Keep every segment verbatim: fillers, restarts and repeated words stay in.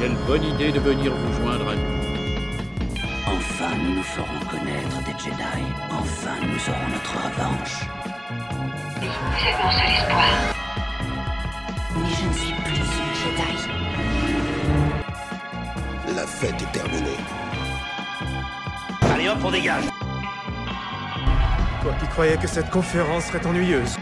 Quelle bonne idée de venir vous joindre à nous. Enfin, nous nous ferons connaître des Jedi. Enfin, nous aurons notre revanche. Oui, vous êtes mon seul espoir. Mais je ne suis plus une Jedi. La fête est terminée. Allez hop, on dégage. Toi qui croyais que cette conférence serait ennuyeuse.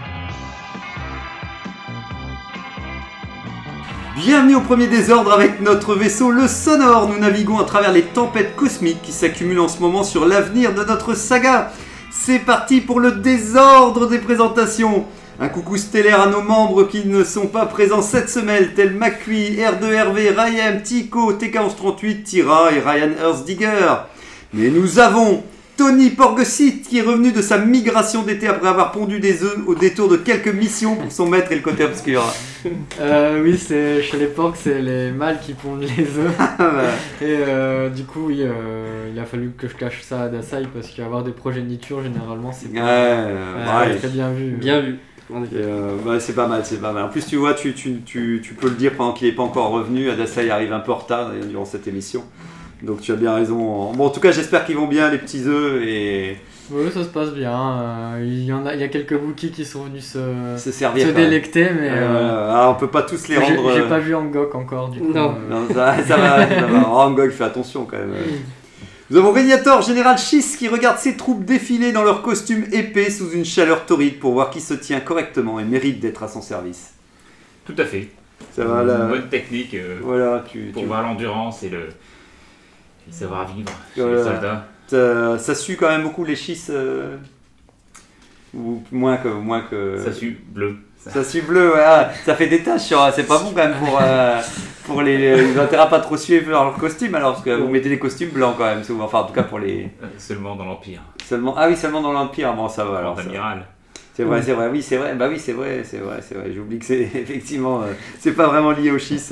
Bienvenue au premier désordre avec notre vaisseau le Sonore. Nous naviguons à travers les tempêtes cosmiques qui s'accumulent en ce moment sur l'avenir de notre saga. C'est parti pour le désordre des présentations. Un coucou stellaire à nos membres qui ne sont pas présents cette semaine, tels McQueen, R deux R V, Ryan, Tico, T K onze trente-huit, Tira et Ryan Earthdigger. Mais nous avons Tony Porgesit qui est revenu de sa migration d'été après avoir pondu des œufs au détour de quelques missions pour son maître et le côté obscur. Euh, oui, c'est chez les porcs, c'est les mâles qui pondent les œufs. Et euh, du coup, oui, euh, il a fallu que je cache ça à Dasai parce qu'avoir des progénitures, généralement, c'est pas ouais, euh, ouais. très bien vu. Bien vu. Et euh, bah, c'est pas mal, c'est pas mal. En plus, tu vois, tu, tu, tu, tu peux le dire pendant qu'il n'est pas encore revenu. Adasai arrive un peu en retard durant cette émission. Donc tu as bien raison. Bon, en tout cas, j'espère qu'ils vont bien, les petits œufs. Et... Oui, ça se passe bien. Euh, il, y en a, il y a quelques Wookiees qui sont venus se, se, servir, se délecter, mais... Euh, euh, ah, on peut pas tous les rendre... J'ai, j'ai pas vu Angok encore, du coup. Non, euh... non ça, ça va. Ça va. Angok, fais attention quand même. Nous avons Régnator, Général Schiss, qui regarde ses troupes défiler dans leurs costumes épais sous une chaleur torride pour voir qui se tient correctement et mérite d'être à son service. Tout à fait. Ça va, une là. bonne technique euh, voilà, tu, pour tu... voir l'endurance et le, le savoir-vivre chez voilà. les soldats. Ça, ça sue quand même beaucoup les Schiss euh... Ou moins que... Moins que... Ça sue bleu. Ça, ça sue bleu, ouais. Ah, ça fait des taches, sur... c'est pas bon quand même pour, euh, pour les... Ils ont intérêt à pas trop suer leur costume alors, parce que vous mettez des costumes blancs quand même, souvent. Enfin, en tout cas pour les... Euh, seulement dans l'Empire. Seulement... Ah oui, seulement dans l'Empire, bon ça va alors. L'amiral. C'est vrai, c'est vrai, oui, c'est vrai, bah oui, c'est vrai, c'est vrai, c'est vrai. J'oublie que c'est effectivement, euh, c'est pas vraiment lié au Schiss.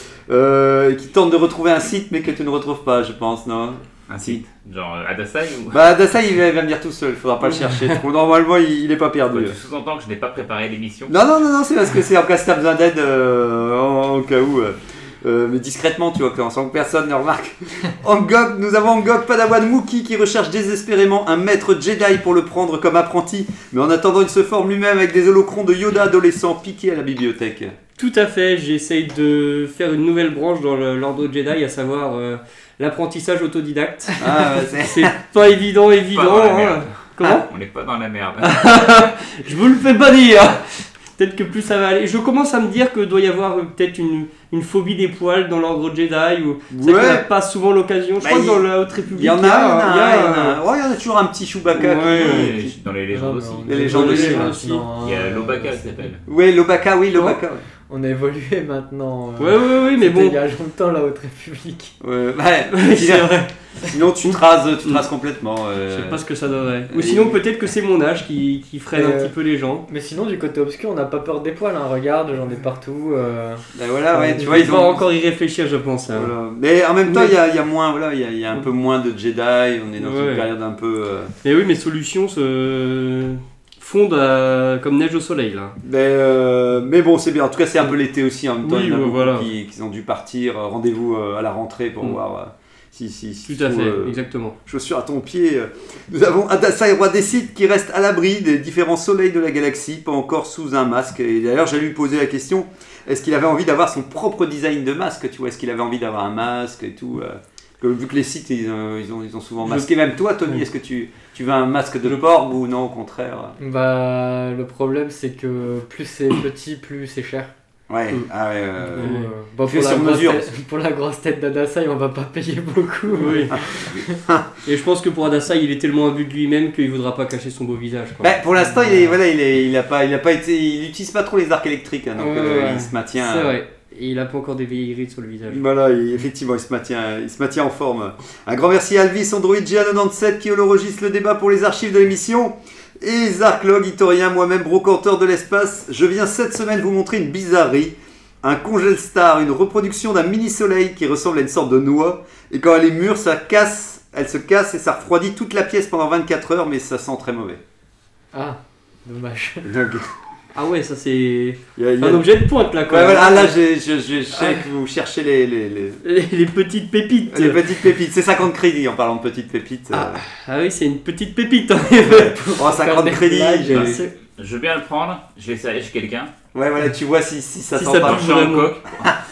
Euh, qui tente de retrouver un site, mais que tu ne retrouves pas, je pense, non? Un site, genre euh, Adasai ou... Bah Adasai, il va, il va venir tout seul, il faudra pas le chercher trop. Normalement, il, il est pas perdu. Ouais, tu sous-entends que je n'ai pas préparé l'émission? Non, non, non, non, c'est parce que c'est en cas si t'as besoin d'aide, euh, en, en cas où. Euh, euh, mais discrètement, tu vois, sans que personne ne remarque. Angok, nous avons Angok Padawan Wookie qui recherche désespérément un maître Jedi pour le prendre comme apprenti. Mais en attendant, il se forme lui-même avec des holocrons de Yoda adolescent piqués à la bibliothèque. Tout à fait, j'essaye de faire une nouvelle branche dans le, l'ordre Jedi, à savoir euh, l'apprentissage autodidacte. Ah, ouais, c'est... c'est pas évident, évident. Hein. Comment? On n'est pas dans la merde. Je vous le fais pas dire. Peut-être que plus ça va aller. Je commence à me dire que doit y avoir euh, peut-être une, une phobie des poils dans l'ordre Jedi, ou c'est ouais. qu'on n'a pas souvent l'occasion. Je bah, crois il... que dans la Haute République, il y en a, il y en a, il y a, il y en a. Ouais, il y en a toujours un petit Chewbacca. Ouais, qui... ouais. Dans les légendes aussi. Les légendes aussi. aussi. Il y a l'Obaka qui s'appelle. Oui, l'Obaka, oui, l'Obaka. Ouais. On a évolué maintenant. Euh... Ouais, ouais, ouais, mais bon. Il y a longtemps la Haute République. Ouais, ouais, ouais c'est vrai. Sinon, tu te rases, tu te rases complètement. Euh... Je sais pas ce que ça donnerait. Ou sinon, peut-être que c'est mon âge qui, qui freine euh... un petit peu les gens. Mais sinon, du côté obscur, on n'a pas peur des poils. Hein. Regarde, j'en ai partout. Euh... Ben voilà, ouais, euh, tu vois, ils vont ont encore y réfléchir, je pense. Hein. Voilà. Mais en même temps, il mais... y, y a moins, voilà, il y a, y a un peu moins de Jedi. On est dans ouais. une période un peu. Euh... Mais oui, mes solutions se fondent à... comme neige au soleil là. Mais, euh... mais bon, c'est bien. En tout cas, c'est un peu l'été aussi. En même temps, oui, il y en a ouais, beaucoup voilà. qui, qui ont dû partir. Rendez-vous à la rentrée pour mm. voir. Euh... Si, si, si, Tout à fait, euh, exactement. Chaussures à ton pied. Nous avons Adasai, roi des Sith, qui reste à l'abri des différents soleils de la galaxie, pas encore sous un masque. Et d'ailleurs, j'allais lui poser la question, est-ce qu'il avait envie d'avoir son propre design de masque, tu vois, est-ce qu'il avait envie d'avoir un masque et tout euh, que, vu que les Sith, ils, euh, ils, ont, ils ont souvent masqué. Je... Même toi, Tony, est-ce que tu, tu veux un masque de porc ou non, au contraire? Bah, le problème, c'est que plus c'est petit, plus c'est cher. Ouais, mmh. ah ouais, euh, euh, bon, pour, la mesure. Tête, pour la grosse tête d'Adasai, on va pas payer beaucoup. Oui. Et je pense que pour Adasai, il est tellement imbu de lui-même qu'il voudra pas cacher son beau visage. Quoi. Bah, pour l'instant, il est, voilà, il est, il a pas, il a pas été, il utilise pas trop les arcs électriques, hein, donc ouais, euh, ouais. il se maintient. C'est vrai. Et il a pas encore des vieilleries sur le visage. Voilà, il, effectivement, il se maintient, il se maintient en forme. Un grand merci à Alvis, Android G A quatre-vingt-dix-sept qui enregistre le débat pour les archives de l'émission. Et Zarklog, Itorien, moi-même, brocanteur de l'espace. Je viens cette semaine vous montrer une bizarrerie. Un congèle star, une reproduction d'un mini-soleil qui ressemble à une sorte de noix. Et quand elle est mûre, ça casse, elle se casse et ça refroidit toute la pièce pendant vingt-quatre heures, mais ça sent très mauvais. Ah, dommage. Donc, Ah ouais, ça c'est Il y a- il y a- un objet de pointe là quand Ouais, même. voilà, ah, là, j'ai- je, je, je sais que vous cherchez les, les, les, Les, les petites pépites. les petites pépites. C'est cinquante crédits en parlant de petites pépites. Ah, euh. ah oui, c'est une petite pépite en effet. Oh, cinquante crédits. j'ai- Ah, c'est- Je veux bien le prendre, je vais essayer chez quelqu'un. Ouais, voilà, tu vois si, si ça Si sent ça pas touche Dans le vraiment. coq.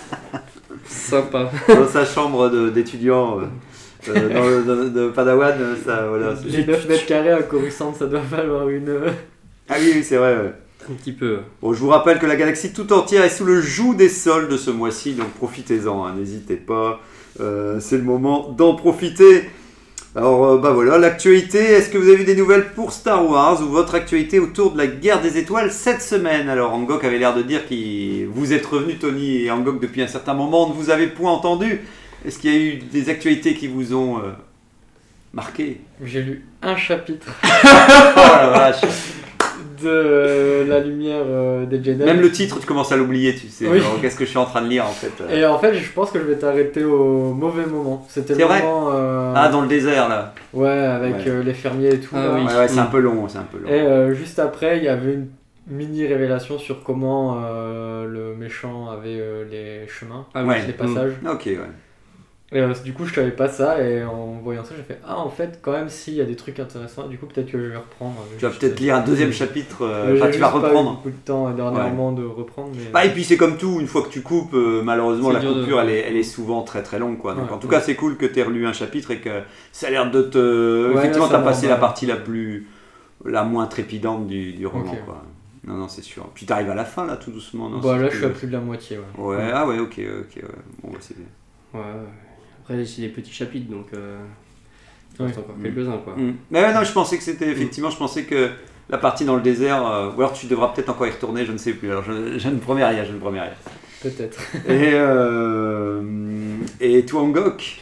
Sympa. dans sa chambre de- d'étudiant euh, euh, dans le- de, de Padawan. euh, Ça, voilà, c'est- Les neuf mètres carrés à Coruscant, ça doit valoir une. euh, Ah oui, oui, c'est vrai. Ouais. Un petit peu. Bon, je vous rappelle que la galaxie tout entière est sous le joug des soldes de ce mois-ci, donc profitez-en, hein, n'hésitez pas. Euh, c'est le moment d'en profiter. Alors, euh, bah voilà, l'actualité. Est-ce que vous avez des nouvelles pour Star Wars ou votre actualité autour de la guerre des étoiles cette semaine? Alors, Angok avait l'air de dire que vous êtes revenu, Tony et Angok, depuis un certain moment, on ne vous avait point entendu. Est-ce qu'il y a eu des actualités qui vous ont euh, marqué? J'ai lu un chapitre Oh la vache. de euh, La lumière euh, des Jedi. Même le titre, tu commences à l'oublier, tu sais. Oui. Alors, qu'est-ce que je suis en train de lire en fait euh Et en fait, je pense que je vais t'arrêter au mauvais moment. C'était C'est le vrai moment. euh, Ah, dans le désert là. Ouais, avec Ouais. euh, les fermiers et tout. Ah là. oui. Ouais, ouais, c'est un peu long, c'est un peu long. Et euh, juste après, il y avait une mini révélation sur comment euh, le méchant avait euh, les chemins, Ah Ouais. les passages. Ok, ouais. Et euh, du coup, je savais pas ça, et en voyant ça, j'ai fait ah, en fait, quand même, si, il y a des trucs intéressants. Du coup, peut-être que je vais reprendre. euh, Tu vas juste- peut-être lire un deuxième chapitre, euh, Euh, enfin j'ai tu vas juste pas eu reprendre. beaucoup de temps euh, dernièrement de reprendre. Mais... Bah, et puis c'est comme tout, une fois que tu coupes, euh, malheureusement C'est la dur de- coupure elle, est, elle est souvent très très longue quoi. Donc Ouais, en tout ouais. cas c'est cool que tu aies relu un chapitre et que ça a l'air de te... Ouais, Effectivement là, t'as ça passé va, la ouais. partie la plus... la moins trépidante du, du roman Ok. quoi. Non non c'est sûr. Puis t'arrives à la fin là tout doucement. Non, Bah, c'est là, plus- je suis à plus de la moitié. Ouais. Ouais, ah ouais ok ok ouais. Bon bah c'est bien. Ouais. Après, c'est des petits chapitres donc. Euh... Il Ouais. reste encore Mm. quelques-uns quoi. Mm. Mais ouais, non je pensais que c'était effectivement je pensais que la partie dans le désert, euh, ou alors tu devras peut-être encore y retourner, je ne sais plus. Alors je, je ne promets rien, je ne promets rien. Peut-être. Et, euh, et toi Angok?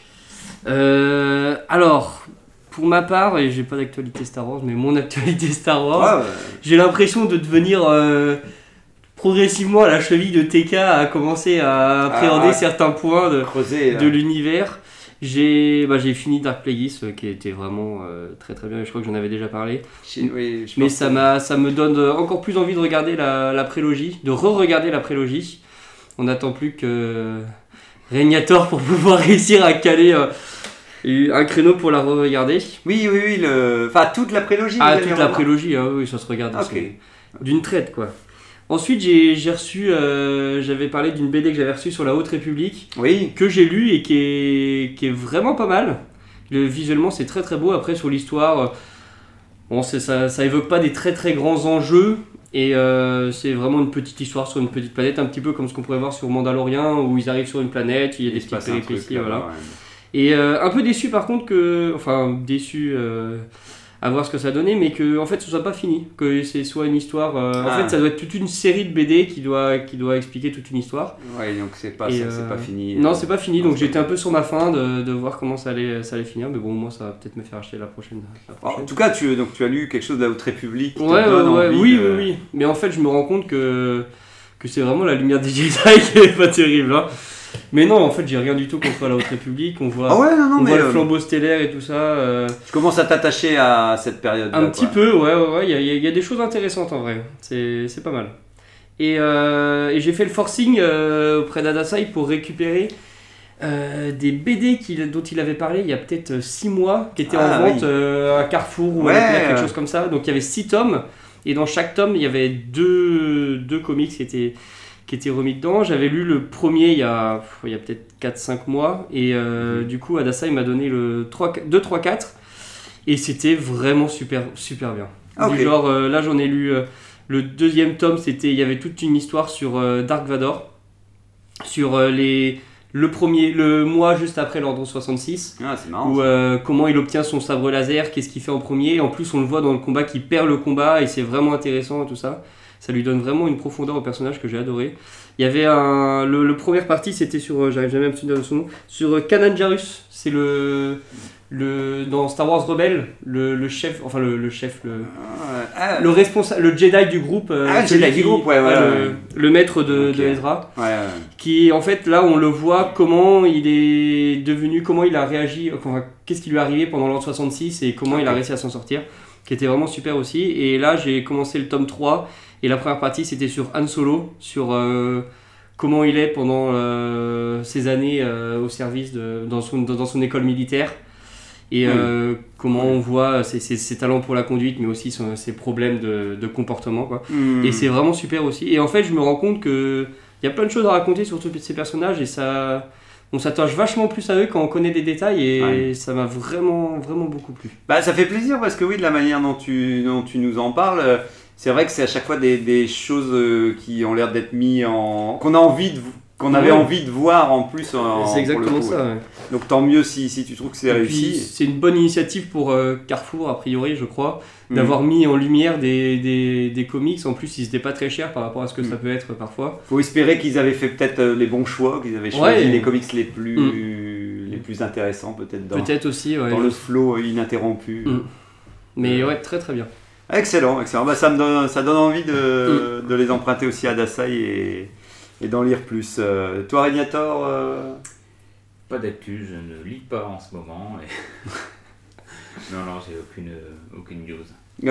Euh, alors, pour ma part, et j'ai pas d'actualité Star Wars, mais mon actualité Star Wars, Ouais, ouais. j'ai l'impression de devenir euh, progressivement à la cheville de T K à commencer à appréhender Ah, certains points de, Creuser. de l'univers. J'ai bah, j'ai fini Dark Plagueis euh, qui était vraiment euh, très très bien, et je crois que j'en avais déjà parlé. Oui, je Mais pense ça, que- m'a, ça me donne encore plus envie de regarder la, la prélogie, de re-regarder la prélogie. On n'attend plus que Régnator pour pouvoir réussir à caler euh, un créneau pour la re-regarder. Oui, oui, oui, le... enfin toute la prélogie. Ah, vous allez toute la revoir. prélogie, ah oui, ça se regarde Ok. c'est d'une traite quoi. Ensuite, j'ai, j'ai reçu, euh, j'avais parlé d'une B D que j'avais reçue sur la Haute République, Oui, que j'ai lu et qui est, qui est vraiment pas mal. Le, visuellement, c'est très très beau. Après, sur l'histoire, euh, bon, c'est, ça, ça évoque pas des très très grands enjeux. Et euh, c'est vraiment une petite histoire sur une petite planète, un petit peu comme ce qu'on pourrait voir sur Mandalorian, où ils arrivent sur une planète, il y a des se petites passe un truc péripéties, là-bas, voilà. ouais. Et euh, un peu déçu par contre que, enfin déçu euh, à voir ce que ça donnait, mais que en fait ce soit pas fini, que c'est soit une histoire. euh, Ah. En fait, ça doit être toute une série de B D qui doit qui doit expliquer toute une histoire. Ouais, donc c'est pas, Et, ça, euh, c'est pas fini. Non, c'est pas fini, Non, donc c'est j'étais pas un peu sur ma fin de, de voir comment ça allait ça allait finir, mais bon, moi ça va peut-être me faire acheter la prochaine. La Alors, prochaine. en tout cas, tu, donc, tu as lu quelque chose de la Haute République qui te Ouais, ouais, donne ouais, envie oui, de- oui, oui. Mais en fait, je me rends compte que, que c'est vraiment la lumière des Jedi qui est pas terrible. Hein. Mais non, en fait, j'ai rien du tout contre la Haute République. On voit, Ah ouais, non, non, on mais voit le euh, flambeau stellaire et tout ça. euh, tu commences à t'attacher à cette période. un petit peu, ouais, ouais, ouais. Il y a, il y a- il y a des choses intéressantes en vrai. C'est, c'est pas mal. Et, euh, et j'ai fait le forcing euh, auprès d'Adasai pour récupérer euh, des B D qu'il, dont il avait parlé il y a peut-être six mois, qui étaient Ah, en vente oui. euh, à Carrefour ou Ouais, à Leclerc, quelque euh. chose comme ça. Donc il y avait six tomes, et dans chaque tome, il y avait deux, deux comics qui étaient, qui étaient remis dedans. J'avais lu le premier il y a, pff, il y a peut-être quatre cinq mois, et euh, Mhm. du coup, Adasai m'a donné le deux, trois, quatre, et c'était vraiment super, super bien. Ok. Du genre, euh, là j'en ai lu euh, le deuxième tome, c'était, il y avait toute une histoire sur euh, Dark Vador, sur euh, les, le premier, le mois juste après l'Ordre soixante-six, Ah, c'est marrant. où ça. euh, comment il obtient son sabre laser, qu'est-ce qu'il fait en premier. En plus, on le voit dans le combat qu'il perd le combat, et c'est vraiment intéressant et tout ça. Ça lui donne vraiment une profondeur au personnage que j'ai adoré. Il y avait un, le, le première partie, c'était sur, euh, j'arrive jamais à me souvenir de son nom, sur euh, Kanan Jarrus. C'est le, le dans Star Wars Rebelle, le, le chef, enfin le, le chef, le, Ah, le responsable, le Jedi du groupe. euh, Ah, le celui Jedi du qui- groupe, ouais, voilà, le, ouais. le maître de, Ok. de Ezra. ouais, ouais. Qui en fait là on le voit comment il est devenu, comment il a réagi, enfin, qu'est-ce qui lui est arrivé pendant l'Ordre soixante-six et comment il a Ok. réussi à s'en sortir, qui était vraiment super aussi. Et là j'ai commencé le tome trois Et la première partie, c'était sur Han Solo, sur euh, comment il est pendant euh, ses années euh, au service de, dans, son, dans, dans son école militaire. Et oui. euh, comment on voit ses, ses, ses talents pour la conduite, mais aussi son, ses problèmes de, de comportement, quoi. Mmh. Et c'est vraiment super aussi. Et en fait, je me rends compte qu'il y a plein de choses à raconter sur tous ces personnages et ça, on s'attache vachement plus à eux quand on connaît des détails et ouais. ça m'a vraiment, vraiment beaucoup plu. Bah, ça fait plaisir parce que oui, de la manière dont tu, dont tu nous en parles, c'est vrai que c'est à chaque fois des, des choses qui ont l'air d'être mis en... qu'on a envie de... qu'on avait ouais. envie de voir en plus. En, c'est exactement coup, ça. Ouais. Ouais. Donc tant mieux si, si tu trouves que c'est et réussi. Puis, c'est une bonne initiative pour euh, Carrefour, a priori, je crois, mmh. d'avoir mis en lumière des, des, des comics. En plus, ils n'étaient pas très chers par rapport à ce que mmh. ça peut être parfois. Faut espérer qu'ils avaient fait peut-être les bons choix, qu'ils avaient choisi ouais. les comics les plus, mmh. les plus intéressants peut-être dans, peut-être aussi, ouais. dans le flow ininterrompu. Mmh. Mais ouais, très très bien. Excellent, excellent. Bah, ça me donne, ça donne envie de, mmh. de les emprunter aussi à Dasai et... et d'en lire plus. Euh, toi, Régnator euh... Pas d'actu, je ne lis pas en ce moment. Et... non, non, j'ai aucune, aucune news.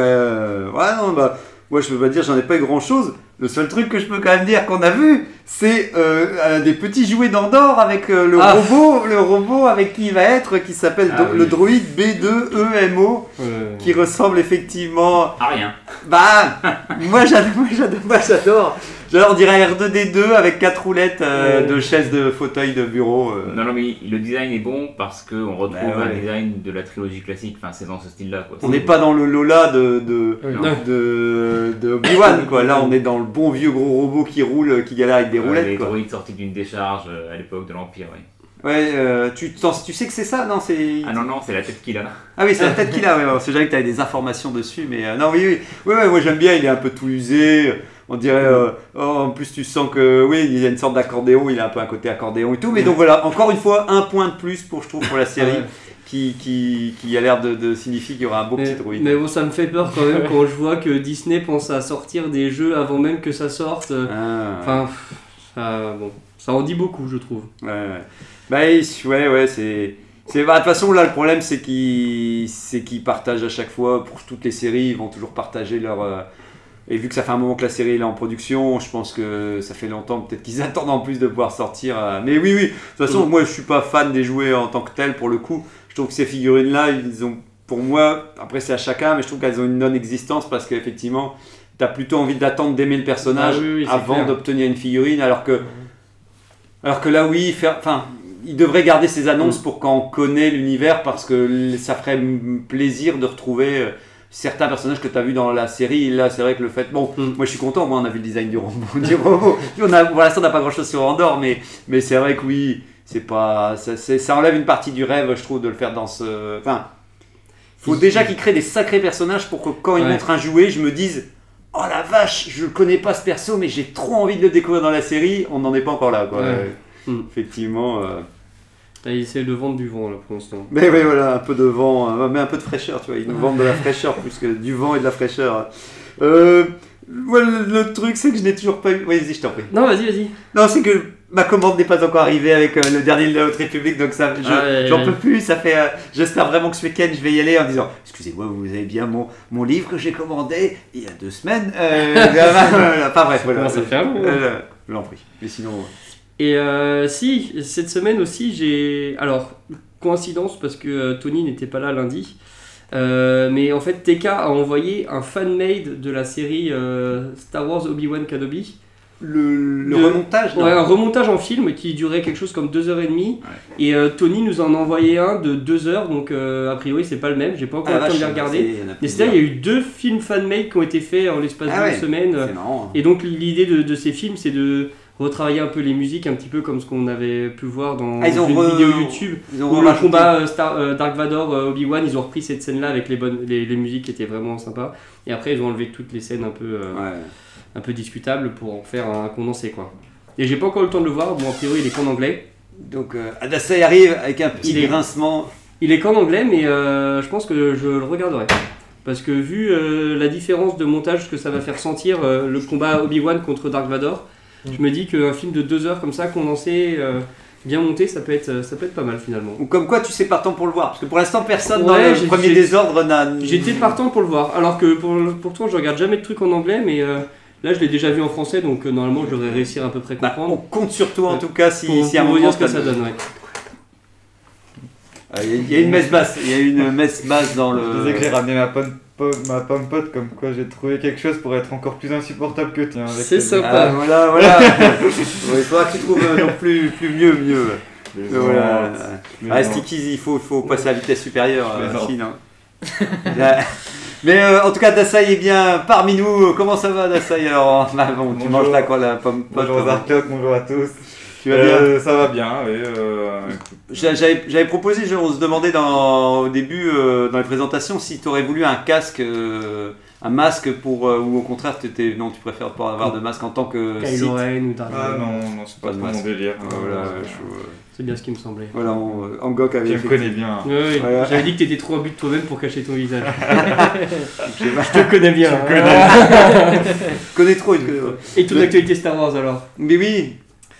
Euh, ouais, non, bah, moi je peux pas dire, j'en ai pas eu grand chose. Le seul truc que je peux quand même dire qu'on a vu, c'est euh, des petits jouets d'Andorre avec euh, le ah. robot, le robot avec qui il va être, qui s'appelle ah, do- oui. le droïde B deux E M O, ouais. qui ressemble effectivement à rien. Bah, moi j'adore, moi j'adore, moi j'adore. Genre on dirait R deux D deux avec quatre roulettes euh, ouais. de chaises de fauteuil de bureau. Euh. Non, non, mais le design est bon parce qu'on retrouve bah, ouais. un design de la trilogie classique. Enfin, c'est dans ce style-là, quoi. On n'est pas dans le Lola de de oui. de, de Obi-Wan, quoi. Là, on est dans le bon vieux gros robot qui roule, qui galère avec des roulettes. Les quoi. droïdes sortis d'une décharge à l'époque de l'Empire, oui. Ouais, euh, tu, tu sais que c'est ça, non c'est... Ah non, non, c'est la tête qu'il a. Ah oui, c'est la tête qu'il a, ouais, on sait jamais que tu avais des informations dessus, mais euh, non, oui, oui, oui, ouais, moi j'aime bien, il est un peu tout usé, on dirait, euh, oh, en plus tu sens que, oui, il y a une sorte d'accordéon, il a un peu un côté accordéon et tout, mais donc voilà, encore une fois, un point de plus pour, je trouve, pour la série. Qui, qui, qui a l'air de, de signifier qu'il y aura un beau mais, petit droïde. Mais bon, ça me fait peur quand même quand je vois que Disney pense à sortir des jeux avant même que ça sorte. Ah, enfin, ouais. ça, bon, ça en dit beaucoup, je trouve. Ouais, ouais. Bah, ouais, ouais, c'est... c'est bah, de toute façon, là, le problème, c'est qu'ils, c'est qu'ils partagent à chaque fois, pour toutes les séries, ils vont toujours partager leur... Euh... Et vu que ça fait un moment que la série est en production, je pense que ça fait longtemps, peut-être qu'ils attendent en plus de pouvoir sortir. Euh... Mais oui, oui, de toute façon, mmh. moi, je suis pas fan des jouets en tant que tel, pour le coup. Je trouve que ces figurines-là, ils ont, pour moi, après c'est à chacun, mais je trouve qu'elles ont une non-existence parce qu'effectivement, tu as plutôt envie d'attendre d'aimer le personnage ah, oui, oui, avant clair. d'obtenir une figurine, alors que, alors que là, oui, faire, enfin, ils devraient garder ces annonces mmh. pour quand on connaît l'univers parce que ça ferait plaisir de retrouver certains personnages que tu as vus dans la série. Et là, c'est vrai que le fait, bon, mmh. moi je suis content, moi on a vu le design du robot, du robot. On a, pour l'instant, on n'a pas grand-chose sur Andorre, mais, mais c'est vrai que oui. C'est pas, ça, c'est, ça enlève une partie du rêve, je trouve, de le faire dans ce... Enfin, faut déjà qu'ils créent des sacrés personnages pour que quand ils ouais. montrent un jouet, je me dise « Oh la vache, je connais pas ce perso, mais j'ai trop envie de le découvrir dans la série. » On n'en est pas encore là, quoi. Ouais. Euh, effectivement... Euh... Et ils essaient de vendre du vent, là, pour l'instant. Mais oui, voilà, un peu de vent, euh, mais un peu de fraîcheur, tu vois. Ils nous vendent de la fraîcheur plus que du vent et de la fraîcheur. Euh... Ouais, le, le truc, c'est que je n'ai toujours pas eu... Oui, vas-y, je t'en prie. Non, vas-y, vas-y. Non, c'est que ma commande n'est pas encore arrivée avec euh, le dernier de la Haute République, donc ça, je, ah, ouais, j'en ouais. peux plus. Ça fait, euh, j'espère vraiment que ce week-end, je vais y aller en disant « Excusez-moi, vous avez bien mon, mon livre que j'ai commandé il y a deux semaines euh, ?» Enfin bref, voilà. Ça fait un long. Euh, je l'en prie, mais sinon... Et euh, si, cette semaine aussi, j'ai... Alors, coïncidence, parce que euh, Tony n'était pas là lundi. Euh, mais en fait, T K a envoyé un fan-made de la série euh, Star Wars Obi-Wan Kenobi. Le, le de, remontage non Ouais, un remontage en film qui durait quelque chose comme deux heures trente. Ouais. Et euh, Tony nous en a envoyé un de deux heures, donc euh, a priori c'est pas le même, j'ai pas encore ah, le temps de les regarder. Mais c'est là, il y a eu deux films fan-made qui ont été faits en l'espace ah, d'une ouais. semaine. C'est marrant, hein. Et donc l'idée de, de ces films, c'est de retravailler un peu les musiques, un petit peu comme ce qu'on avait pu voir dans ah, une re... vidéo YouTube où le combat Star, euh, Dark Vador euh, Obi-Wan, ils ont repris cette scène là avec les bonnes les, les musiques qui étaient vraiment sympas, et après ils ont enlevé toutes les scènes un peu euh, ouais. un peu discutables pour en faire un condensé, quoi. Et j'ai pas encore eu le temps de le voir, bon a priori il est qu'en anglais, donc euh, Adasai arrive avec un petit il grincement. Il est qu'en anglais, mais euh, je pense que je le regarderai parce que vu euh, la différence de montage que ça va faire sentir euh, le combat Obi-Wan contre Dark Vador, je me dis qu'un film de deux heures comme ça, condensé, euh, bien monté, ça peut, être, ça peut être pas mal finalement. Ou comme quoi tu sais partant pour le voir, parce que pour l'instant personne ouais, dans le premier désordre n'a... J'étais partant pour le voir, alors que pour, pourtant je regarde jamais de trucs en anglais, mais euh, Là, je l'ai déjà vu en français, donc euh, normalement, je devrais réussir à peu près Bah, comprendre. on compte sur toi en tout cas si, pour, si à un pour vous moment dire ce que t'as- ça donne, ouais. Ah, Il y, a- il y a une messe basse, il y a une messe basse dans le. Je disais que j'ai ramené ma pomme, pomme- ma pomme pote, comme quoi j'ai trouvé quelque chose pour être encore plus insupportable que toi. avec C'est cette- sympa. Ah, voilà, voilà. Ouais, il faudra que tu trouves euh, non plus, plus mieux, mieux. Les Mais voilà. gens, les Ah, gens. Stickies, il faut, faut passer à la vitesse supérieure, Les euh, gens. Chine, hein. Là. Mais euh, en tout cas, Dasai est bien parmi nous. Comment ça va, Dasai? Alors, bah, bon, tu Bonjour. manges là quoi, la pomme pote. Bonjour Zarklock, bonjour à tous. Tu vas bien? Euh, Ça va bien, oui. euh, J'a- J'avais j'avais proposé, je- on se demandait dans, au début, euh, dans les présentations, si tu aurais voulu un casque, euh, un masque pour, euh, ou au contraire, t'étais- non, tu préfères pas avoir de masque en tant que site. Kylo Ren ou Darth Ah Vader. non, non, c'est pas Pas de trop mon masque. délire. Voilà, Euh, je- euh, C'est bien ce qui me semblait. voilà, on, euh, Angok avait Tu me fait- connais bien. Ouais, ouais. Voilà. J'avais dit que t'étais trop imbu de toi-même pour cacher ton visage. Je sais pas. Je te connais bien. Tu me hein. Je connais trop. il connaît- Et toute l'actualité Star Wars alors? Mais oui.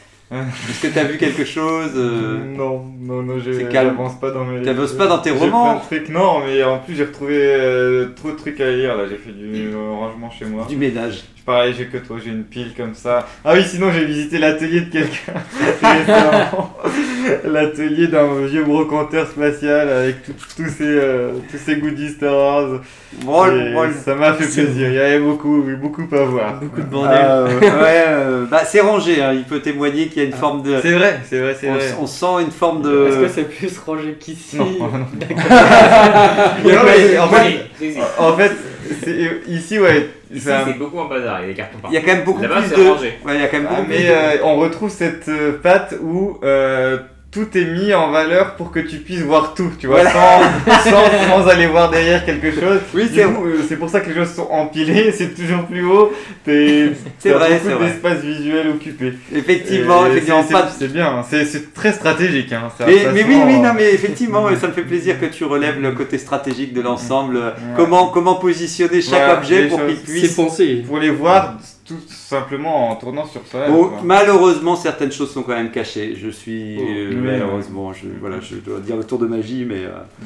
Est-ce que t'as vu quelque chose euh, Non, non, non, j'ai- c'est calme. j'avance pas dans mes. T'avances pas dans tes J'ai romans. plein de trucs, non, mais en plus j'ai retrouvé euh, trop de trucs à lire là. J'ai fait du euh, rangement chez moi. Du ménage. Pareil, j'ai que toi, j'ai une pile comme ça. Ah oui, sinon j'ai visité l'atelier de quelqu'un récemment. L'atelier d'un vieux brocanteur spatial avec tout- tous ces euh, tous ces goodies Star Wars. Bon, Et bon, ça m'a fait plaisir. Il y avait beaucoup, beaucoup à voir. Beaucoup de bordel. Euh, ouais, euh, bah, c'est rangé, hein. Il peut témoigner qu'il y a une forme de. C'est vrai, c'est vrai, c'est On, vrai. on sent une forme Est-ce que de. c'est plus rangé qu'ici? Non, non. Il y a Non, pas mais de- en fait- Si, si, si. En fait, c'est- ici, ouais. Ici, c'est un- c'est beaucoup en bazar, il y a des cartons Il y a partout. quand même beaucoup Là-bas, plus c'est de. rangé. Ouais, il y a quand même Ah, beaucoup plus mais de. euh, on retrouve cette euh, patte où euh, tout est mis en valeur pour que tu puisses voir tout, tu vois, Voilà. sans, sans, sans aller voir derrière quelque chose. Oui, Du c'est coup, euh, c'est pour ça que les choses sont empilées, c'est toujours plus haut, t'es- C'est t'as vrai, c'est beaucoup vrai. d'espace visuel occupé. Effectivement, Et effectivement. c'est- Pas de- C'est c'est bien, hein. c'est c'est très stratégique. Hein. Ça- Mais, ça mais se oui, rend, oui, euh, non, mais effectivement, ça me fait plaisir que tu relèves le côté stratégique de l'ensemble. Ouais. Comment, comment positionner chaque Voilà, objet les pour qu'il choses. C'est puisse. pensé. Pour les voir tout simplement en tournant sur soi. Bon, malheureusement, certaines choses sont quand même cachées. Je suis Oh. euh, Oui, malheureusement, je, voilà, je dois dire le tour de magie, mais euh,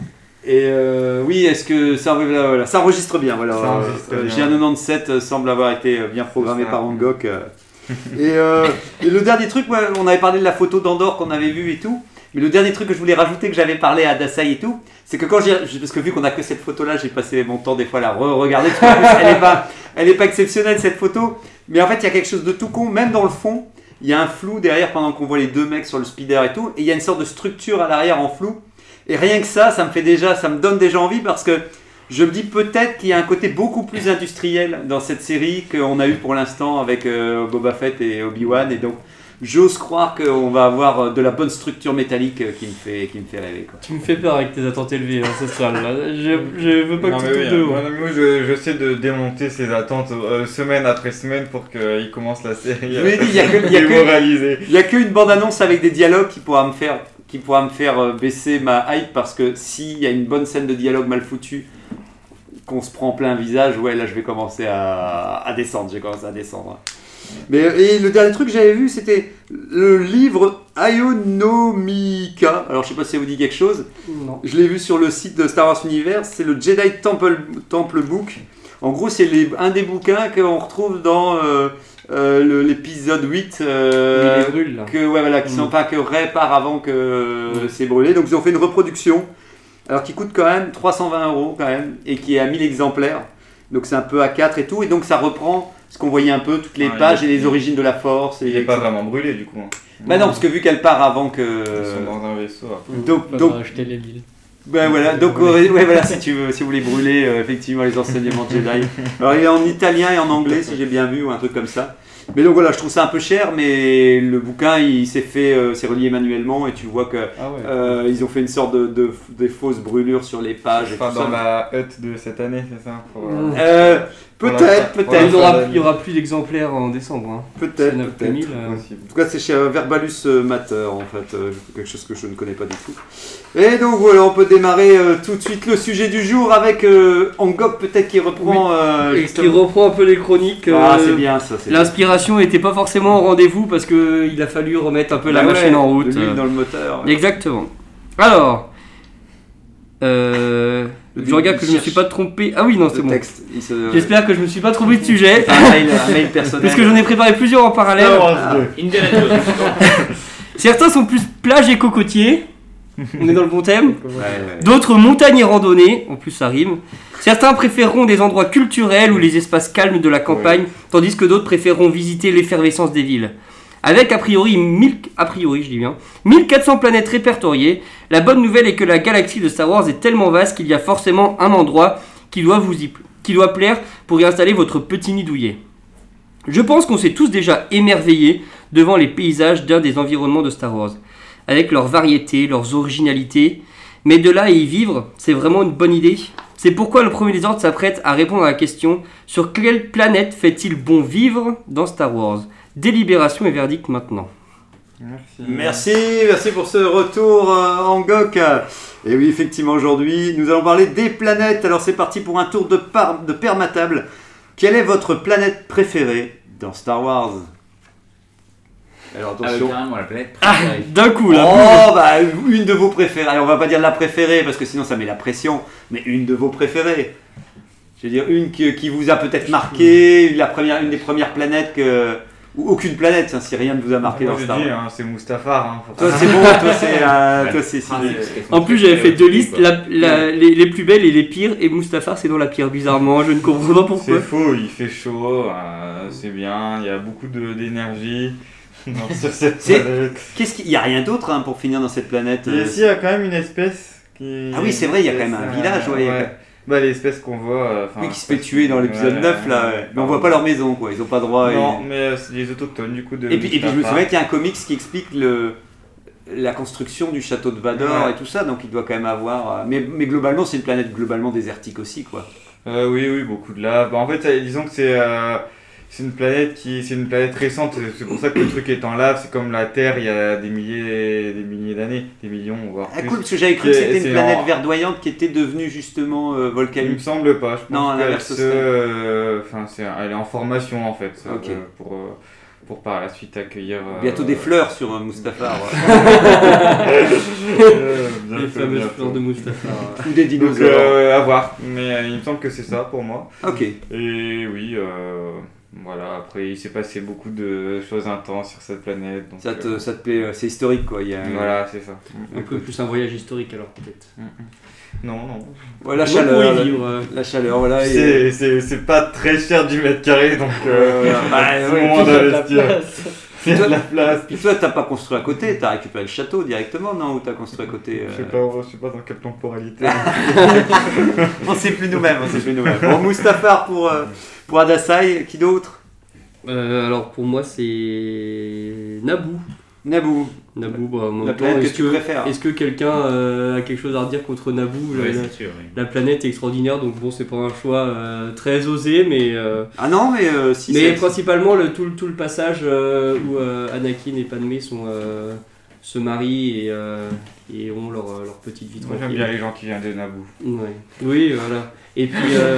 et euh, oui, est-ce que ça, voilà, voilà, ça enregistre bien, voilà. Ça enregistre Euh, bien. G un quatre-vingt-dix-sept euh, semble avoir été euh, bien programmé ça. par Angok. euh. et, euh, et le dernier truc, ouais, on avait parlé de la photo d'Andorre qu'on avait vue et tout. Mais le dernier truc que je voulais rajouter, que j'avais parlé à Dasai et tout, c'est que quand j'ai. Parce que vu qu'on a que cette photo-là, j'ai passé mon temps des fois à la re-regarder. Parce qu'en plus, elle n'est pas, elle est pas exceptionnelle cette photo. Mais en fait, il y a quelque chose de tout con, même dans le fond. Il y a un flou derrière pendant qu'on voit les deux mecs sur le speeder et tout. Et il y a une sorte de structure à l'arrière en flou. Et rien que ça, ça me fait déjà, ça me donne déjà envie parce que je me dis peut-être qu'il y a un côté beaucoup plus industriel dans cette série qu'on a eu pour l'instant avec euh, Boba Fett et Obi-Wan. Et donc, j'ose croire qu'on va avoir de la bonne structure métallique euh, qui me fait, qui me fait rêver, quoi. Tu me fais peur avec tes attentes élevées ancestrales là. Je, je veux pas Non, que mais tu oui, tombes de haut. moi, moi, je- j'essaie de démonter ces attentes euh, semaine après semaine pour qu'il commence la série. Je vous l'ai dit, il y a que- il y a que- démoralisé. Il n'y a qu'une bande-annonce avec des dialogues qui pourra me faire, qui pourra me faire euh, baisser ma hype parce que s'il y a une bonne scène de dialogue mal foutue, qu'on se prend plein visage, ouais, là je vais commencer à, à descendre. J'ai commencé à descendre. Mais, et le dernier truc que j'avais vu, c'était le livre Ionomika. Alors je sais pas si ça vous dit quelque chose. Non. Je l'ai vu sur le site de Star Wars Universe. C'est le Jedi Temple, Temple Book. En gros, c'est les- un des bouquins qu'on retrouve dans euh, euh, le- l'épisode huit. euh, Il les brûle là. que, ouais, voilà, qui Mm. sont pas que répare avant que Mm. c'est brûlé. Donc ils ont fait une reproduction, alors qui coûte quand même trois cent vingt euros quand même, et qui est à mille exemplaires. Donc c'est un peu A quatre et tout, et donc ça reprend ce qu'on voyait un peu, toutes les Ah, pages il et est- les origines de la Force. Et Il est pas vraiment brûlé du coup. hein. Bah non, parce que vu qu'elle part avant que... Ils sont dans un vaisseau. après. Donc, Faudra donc, acheter les mille. ben voilà, donc ouais, ouais, voilà, si tu veux, si vous voulez brûler euh, effectivement les enseignements Jedi. Alors il est en italien et en anglais si j'ai bien vu ou un truc comme ça. Mais donc voilà, je trouve ça un peu cher, mais le bouquin il s'est fait, euh, c'est relié manuellement et tu vois que Ah ouais. euh, ils ont fait une sorte de, de des fausses brûlures sur les pages et Enfin, tout dans ça. la hutte de cette année, c'est ça pour, euh, Mm. Euh, Pour la- peut-être, pour Il la- y, peut-être, aura, d'année. il y aura plus d'exemplaires en décembre. Hein. peut-être, C'est neuf peut-être. mille, euh, possible. En tout cas, c'est chez euh, Verbalus euh, Matter, en fait, euh, quelque chose que je ne connais pas du tout. Et donc voilà, on peut démarrer euh, tout de suite le sujet du jour avec euh, Angok, peut-être qui reprend. euh, Et qui justement- reprend un peu les chroniques. Ah, euh, c'est bien ça. c'est bien. L'inspiration n'était pas forcément au rendez-vous parce qu'il a fallu remettre un peu la Bah machine ouais, en route. de l'huile euh. dans le moteur. Exactement. Alors, euh, Le Je regarde il que je me cherche suis pas trompé. Ah oui, non, c'est le bon. texte. Il se- J'espère que je me suis pas trompé de sujet. un mail, un mail personnel. Parce que j'en ai préparé plusieurs en parallèle. Star Wars Ah. deux. Indiana Jones. Certains sont plus plage et cocotiers. On est dans le bon thème. Ouais, ouais. D'autres montagnes et randonnées. En plus, ça rime. Certains préféreront des endroits culturels ou les espaces calmes de la campagne, tandis que d'autres préféreront visiter l'effervescence des villes. Avec a priori, mille, a priori je dis bien, mille quatre cents planètes répertoriées, la bonne nouvelle est que la galaxie de Star Wars est tellement vaste qu'il y a forcément un endroit qui doit, vous y, qui doit plaire pour y installer votre petit nid douillet. Je pense qu'on s'est tous déjà émerveillés devant les paysages d'un des environnements de Star Wars, avec leur variété, leurs originalités, mais de là à y vivre, c'est vraiment une bonne idée. C'est pourquoi le premier désordre s'apprête à répondre à la question « Sur quelle planète fait-il bon vivre dans Star Wars ?» Délibération et verdict maintenant. Merci. Merci, merci pour ce retour euh, en Gok. Et oui, effectivement, aujourd'hui, nous allons parler des planètes. Alors, c'est parti pour un tour de, par- de permatable. Quelle est votre planète préférée dans Star Wars? Alors, Ah, attention. oui, carrément, la planète Ah, préférée. d'un coup là. Oh, bah, une de vos préférées. Allez, on va pas dire la préférée parce que sinon ça met la pression, mais une de vos préférées. Je veux dire, une qui, qui vous a peut-être marqué, la première, une des premières planètes que. Ou aucune planète, hein, si rien ne vous a marqué Moi dans je Star dis, Wars. hein, c'est Mustafar. Hein, Toi c'est bon, toi c'est. euh, toi c'est Ah, signé. c'est- c'est son En plus, truc, j'avais fait euh, deux truc, listes, quoi. la- la- les, les plus belles et les pires, et Mustafar c'est dans la pire, bizarrement, je ne comprends pas pourquoi. C'est faux, il fait chaud, euh, c'est bien, il y a beaucoup de- d'énergie dans- sur cette C'est- planète. Qu'est-ce qu'il y a rien d'autre hein, pour finir dans cette planète. Et euh, ici, il y a quand même une espèce qui. Ah oui, c'est vrai, il y a quand même un Euh, village, ouais, il y a- Bah, l'espèce qu'on voit. euh, enfin, oui, qui se fait tuer dans l'épisode ouais, neuf là, ouais. Mais on voit pas leur maison quoi, ils ont pas droit. Non, ils- mais euh, c'est les autochtones du coup de. Et puis, et puis je me Mustafar. souviens qu'il y a un comics qui explique le, la construction du château de Vador Ouais. et tout ça, donc il doit quand même avoir. euh, Mais, mais globalement, c'est une planète globalement désertique aussi quoi. Euh, oui, oui, beaucoup de lave. Bah, en fait, euh, disons que c'est euh, c'est une planète qui, c'est une planète récente. C'est- C'est pour ça que le truc est en lave. C'est comme la Terre il y a des milliers, des milliers d'années, des millions voire Ah plus. cool, parce que j'avais cru que C'est- c'était c'est une planète en- verdoyante qui était devenue justement euh, Il me volcanique. semble pas. Je pense Non, à qu'elle l'inverse, se, ce serait- euh, enfin, c'est, elle est en formation en fait, ça, Ok. euh, pour euh, pour par la suite accueillir. euh, Bientôt des fleurs sur euh, Mustafar euh, Les bientôt, fameuses bientôt. fleurs de Mustafar. ou des Donc dinosaures. euh, à voir. Mais euh, il me semble que c'est ça pour moi. Ok. Et oui, euh, voilà. Après, il s'est passé beaucoup de choses intenses sur cette planète. Donc, Ça te, euh, ça te plaît, euh, c'est historique quoi. Il y a, voilà, c'est ça. Un peu plus un voyage historique alors peut-être. Non, non. Ouais, la Bon, chaleur, pour y la, vivre, euh, la chaleur, voilà. et- C'est, c'est, c'est pas très cher du mètre carré, donc euh, Ouais, bah, c'est ouais, le moment puis t'as de la d'investir. C'est de la place. Puis toi, t'as pas construit à côté, t'as récupéré le château directement, non? Ou t'as construit à côté euh, Je sais pas, je sais pas dans quelle temporalité. On sait plus nous-mêmes, on sait plus nous-mêmes. Bon, Mustafar pour, euh, pour Adasai, qui d'autre? Euh, alors pour moi c'est Naboo. Naboo. Naboo, bah, en même La temps, planète que est-ce tu préfères. Est-ce que quelqu'un euh, a quelque chose à redire contre Naboo? Ouais, la, c'est sûr, oui. la planète est extraordinaire, donc bon, c'est pas un choix euh, très osé, mais, euh, Ah non, mais euh, si mais c'est- principalement le, tout, le- tout le passage euh, où euh, Anakin et Padmé sont, euh, se marient et, euh, et ont leur, leur petite vie Moi, j'aime tranquille. bien les gens qui viennent de Naboo. Ouais. Oui, voilà. Et puis, euh,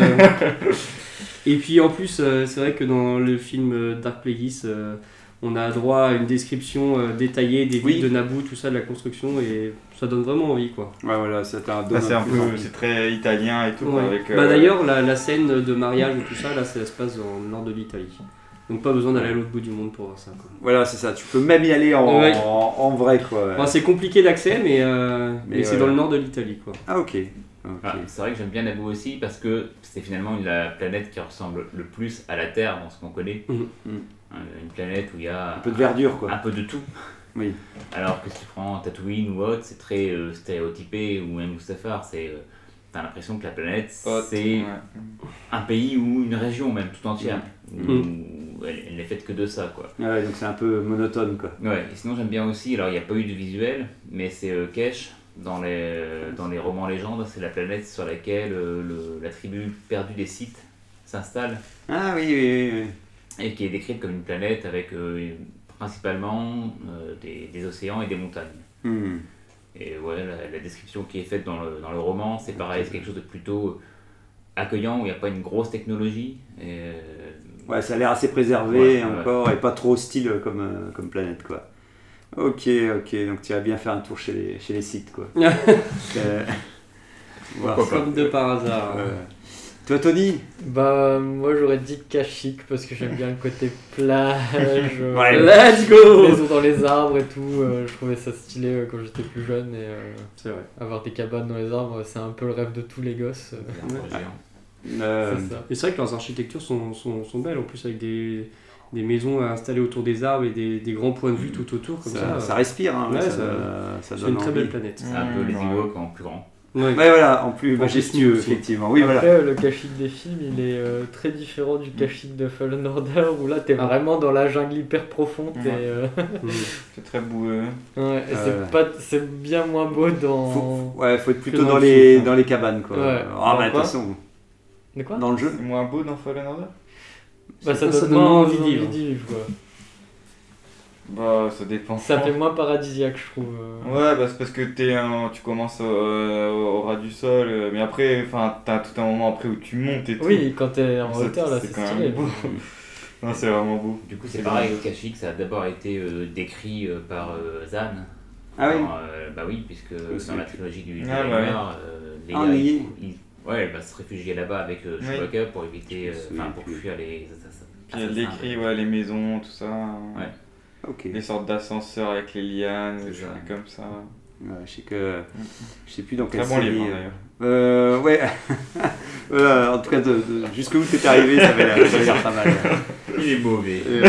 et puis en plus, euh, c'est vrai que dans le film euh, Dark Plagueis, euh, on a droit à une description euh, détaillée des Oui. villes de Naboo, tout ça, de la construction, et ça donne vraiment envie, quoi. Ouais, voilà, c'est un, Bah, c'est un plus peu, envie. c'est très italien et tout. Ouais. Avec, Bah, euh, d'ailleurs, la, la scène de mariage et tout ça, là, ça se passe dans le nord de l'Italie. Donc pas besoin d'aller à l'autre bout du monde pour voir ça, quoi. Voilà, c'est ça, tu peux même y aller en, Ouais. en, en vrai, quoi. ouais. Enfin, c'est compliqué d'accès, mais, euh, Mais mais c'est ouais. dans le nord de l'Italie, quoi. Ah, ok. Ok. Ah, c'est vrai que j'aime bien Naboo aussi parce que c'est finalement la planète qui ressemble le plus à la Terre dans ce qu'on connaît. Mhm. Mhm. Euh, Une planète où il y a Un peu de verdure, quoi. un peu de tout. Oui. Alors que si tu prends Tatooine ou autre, c'est très euh, stéréotypé, ou même Mustafar, c'est euh, t'as l'impression que la planète Hot, c'est ouais. un pays ou une région même tout entière. Où, Mhm. où elle, elle n'est faite que de ça, quoi. Ouais, donc c'est un peu monotone, quoi. Ouais, et sinon j'aime bien aussi, alors il n'y a pas eu de visuel, mais c'est euh, Kesh, dans les, dans les romans légendes, c'est la planète sur laquelle euh, le- la tribu perdue des Sith s'installe, Ah oui, oui, oui. oui. et qui est décrite comme une planète avec euh, principalement euh, des, des océans et des montagnes. Hmm. Et ouais, la, la description qui est faite dans le, dans le roman, c'est pareil, c'est quelque chose de plutôt accueillant, où il n'y a pas une grosse technologie. Et, euh, Ouais, ça a l'air assez préservé Ouais, ouais. encore, et pas trop hostile comme, euh, comme planète, quoi. Ok, ok, donc tu vas bien faire un tour chez les, chez les sites, quoi. Euh, Voilà. Comme de par hasard. Euh, Toi, Tony? Bah, moi j'aurais dit Kashyyyk parce que j'aime bien le côté plage. euh, Ouais. Let's go! Maison dans les arbres et tout. euh, je trouvais ça stylé euh, quand j'étais plus jeune. Et euh, C'est vrai. avoir des cabanes dans les arbres, c'est un peu le rêve de tous les gosses. euh, C'est un projet, hein. Euh, c'est ça. Et c'est vrai que leurs architectures sont, sont, sont belles, en plus avec des, des maisons installées autour des arbres et des, des grands points de vue tout autour, comme ça. ça, ça respire, hein, Ouais, ça, ça- ça C'est donne une très envie. belle planète. C'est un peu les Ouais. Ewoks en plus grand. Ouais. Ouais, voilà, en plus En majestueux, plus, aussi. effectivement. Oui, Après, voilà. le Kashyyyk des films, il est euh, très différent du Kashyyyk de Fallen Order où là t'es vraiment dans la jungle hyper profonde. Ouais. Et, euh, Mm. C'est très boueux. ouais, et Euh. c'est pas, c'est bien moins beau dans. Faut, ouais, faut être plutôt que dans dans le les, film, dans les cabanes, quoi. Ouais. Ah, Dans bah, de quoi toute façon, De quoi dans le jeu. C'est moins beau dans Fallen Order? Bah, ça, Ça donne donne moins moins envie envie de de vivre. vivre. quoi. Bah, ça dépend. Ça fait moins paradisiaque, je trouve. euh. Ouais, bah c'est parce que t'es un- tu commences euh, au ras du sol, euh, mais après, enfin, t'as tout un moment après où tu montes et tout. Oui, quand t'es en Ça, hauteur, là, c'est c'est quand stylé. même beau. Non, c'est vraiment beau. Du coup, c'est C'est pareil au Kashyyyk, ça a d'abord été euh, décrit euh, par euh, Zan. Ah oui. Dans, euh, bah oui, puisque me dans la souviens trilogie du Ah, Jedi bah oui. Noir, euh, Leia, Ah, il- Leia. il- ouais, elle va se réfugier là-bas avec euh, Oui. Chewbacca pour éviter, Je me euh, souviens enfin pour plus. fuir les assassins. Puis elle assassins, décrit ouais. ouais, les maisons, tout ça. Ouais. Ok. Les sortes d'ascenseurs avec les lianes, C'est des ça. trucs comme ça. Ouais, je sais que. Je sais plus dans quelle Très bon série. livre, hein, euh, d'ailleurs. Euh, ouais. Voilà, en tout cas, de, de, jusqu'où t'es arrivé, ça avait l'air ça avait l'air pas mal. Il est mauvais. Euh,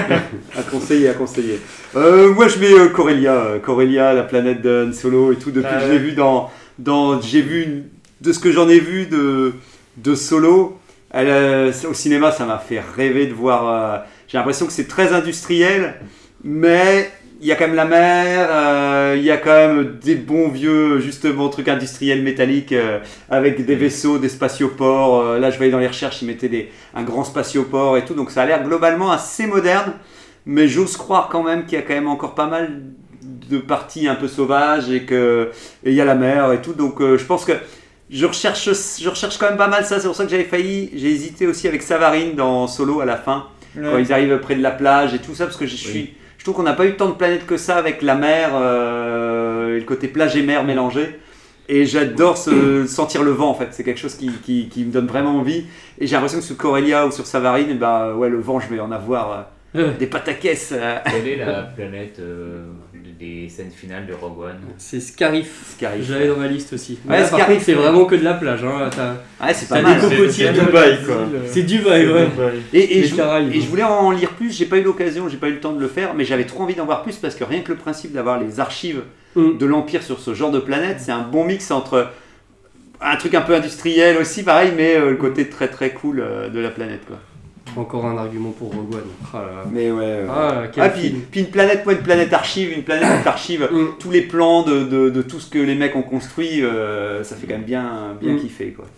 à conseiller, à conseiller. Euh, moi, je mets euh, Corellia, euh, Corellia, la planète de Han Solo et tout. Depuis Ah que je ouais. l'ai vu dans, dans, j'ai vu une- de ce que j'en ai vu de de Solo. Elle, euh, au cinéma, ça m'a fait rêver de voir. euh, j'ai l'impression que c'est très industriel, mais il y a quand même la mer, euh, il y a quand même des bons vieux, justement, trucs industriels métalliques euh, avec des vaisseaux, des spatioports. Euh, là, je voyais dans les recherches, ils mettaient des, un grand spatioport et tout. Donc, ça a l'air globalement assez moderne. Mais j'ose croire quand même qu'il y a quand même encore pas mal de parties un peu sauvages et qu'il y a la mer et tout. Donc, euh, je pense que je recherche, je recherche quand même pas mal ça. C'est pour ça que j'avais failli. J'ai hésité aussi avec Savarine dans Solo à la fin. Quand Ouais. ils arrivent près de la plage et tout ça. Parce que je suis. Oui. Je trouve qu'on n'a pas eu tant de planètes que ça avec la mer, euh, et le côté plage et mer mélangés. Et j'adore ce- sentir le vent en fait. C'est quelque chose qui, qui, qui me donne vraiment envie. Et j'ai l'impression que sur Corellia ou sur Savarine, eh ben, ouais, le vent, je vais en avoir euh, des pataquès. euh, Quelle est la planète euh, des scènes finales de Rogue One? C'est Scarif. Scarif. J'avais dans ma liste aussi. Ouais, Là, par Scarif, contre, c'est ouais. vraiment que de la plage. Hein. T'as- Ouais, c'est T'as pas des mal. coco- C'est cocotiers c'est de Dubaï, Brésil, quoi. euh, C'est Dubaï, ouais. Dubaï. Et, et, Les je, Caraïbes. et je voulais en lire plus, j'ai pas eu l'occasion, j'ai pas eu le temps de le faire, mais j'avais trop envie d'en voir plus parce que rien que le principe d'avoir les archives Mm. de l'Empire sur ce genre de planète, c'est un bon mix entre un truc un peu industriel aussi, pareil, mais euh, le côté très très cool euh, de la planète, quoi. Encore un argument pour Rogue One. Ah là là. Mais ouais. euh, Ah, quel Ah, puis, film. puis une planète, moi, une planète archive, une planète qui archive Mm. tous les plans de, de, de tout ce que les mecs ont construit, euh, ça fait quand même bien, bien Mm. kiffer, quoi.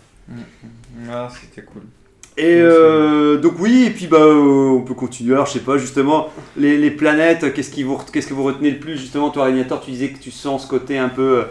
Ah, c'était cool. Et euh, donc oui, et puis bah euh, on peut continuer. Alors je sais pas justement les, les planètes, qu'est-ce qui vous qu'est-ce que vous retenez le plus justement toi Régnator, tu disais que tu sens ce côté un peu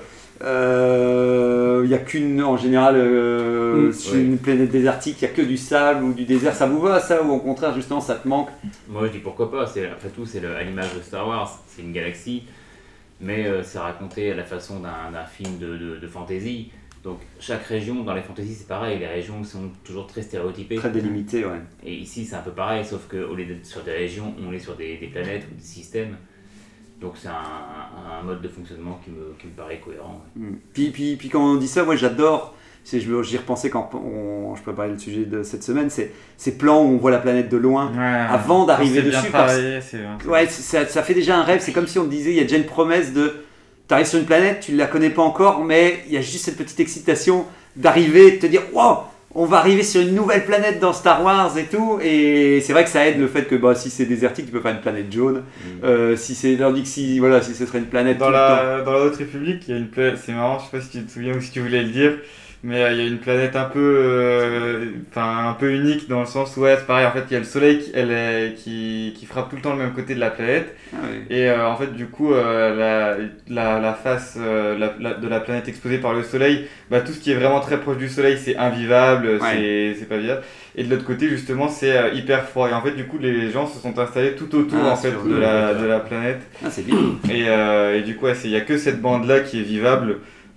il y a qu'une en général euh, Mm, sur ouais. une planète désertique, il y a que du sable ou du désert, ça vous va ça ou au contraire justement ça te manque? Moi je dis pourquoi pas, c'est, après tout c'est le- à l'image de Star Wars, c'est une galaxie, mais euh, c'est raconté à la façon d'un, d'un film de, de, de fantasy. Donc chaque région dans les fantasy c'est pareil, les régions sont toujours très stéréotypées. Très délimité, ouais. Et ici c'est un peu pareil, sauf qu'au lieu d'être sur des régions, on est sur des, des planètes ou des systèmes. Donc c'est un, un- un mode de fonctionnement qui me, qui me paraît cohérent. ouais. Mm. Puis, puis, puis quand on dit ça, moi j'adore, c'est, je, j'y repensais quand on, je peux parler du sujet de cette semaine, c'est ces plans où on voit la planète de loin. Avant d'arriver C'est bien dessus, parce- travaillé, c'est bien. Ouais, c'est- ça, ça fait déjà un rêve. C'est comme si on te disait, il y a déjà une promesse de. T'arrives sur une planète, tu la connais pas encore, mais il y a juste cette petite excitation d'arriver et de te dire, wow, on va arriver sur une nouvelle planète dans Star Wars et tout. Et c'est vrai que ça aide le fait que bah, si c'est désertique, tu peux faire une planète jaune. Mm. Euh, si c'est tandis que si, voilà, si ce serait une planète. Dans tout le temps- la, dans la Haute République, il y a une planète, c'est marrant, je sais pas si tu te souviens ou si tu voulais le dire, mais euh, il y a une planète un peu, euh, enfin un peu unique dans le sens où ouais, c'est pareil, en fait il y a le soleil qui, elle est, qui, qui frappe tout le temps le même côté de la planète, Ah ouais. et euh, en fait du coup euh, la, la, la face euh, la, la- de la planète exposée par le soleil, bah, tout ce qui est vraiment très proche du soleil c'est invivable, Ouais. c'est, c'est pas vivable, et de l'autre côté justement c'est euh, hyper froid, et en fait du coup les gens se sont installés tout autour Ah, en fait sur de le- la, de la planète. Ah, c'est bien. Et, euh, et du coup, il n'y a que cette bande-là qui est vivable.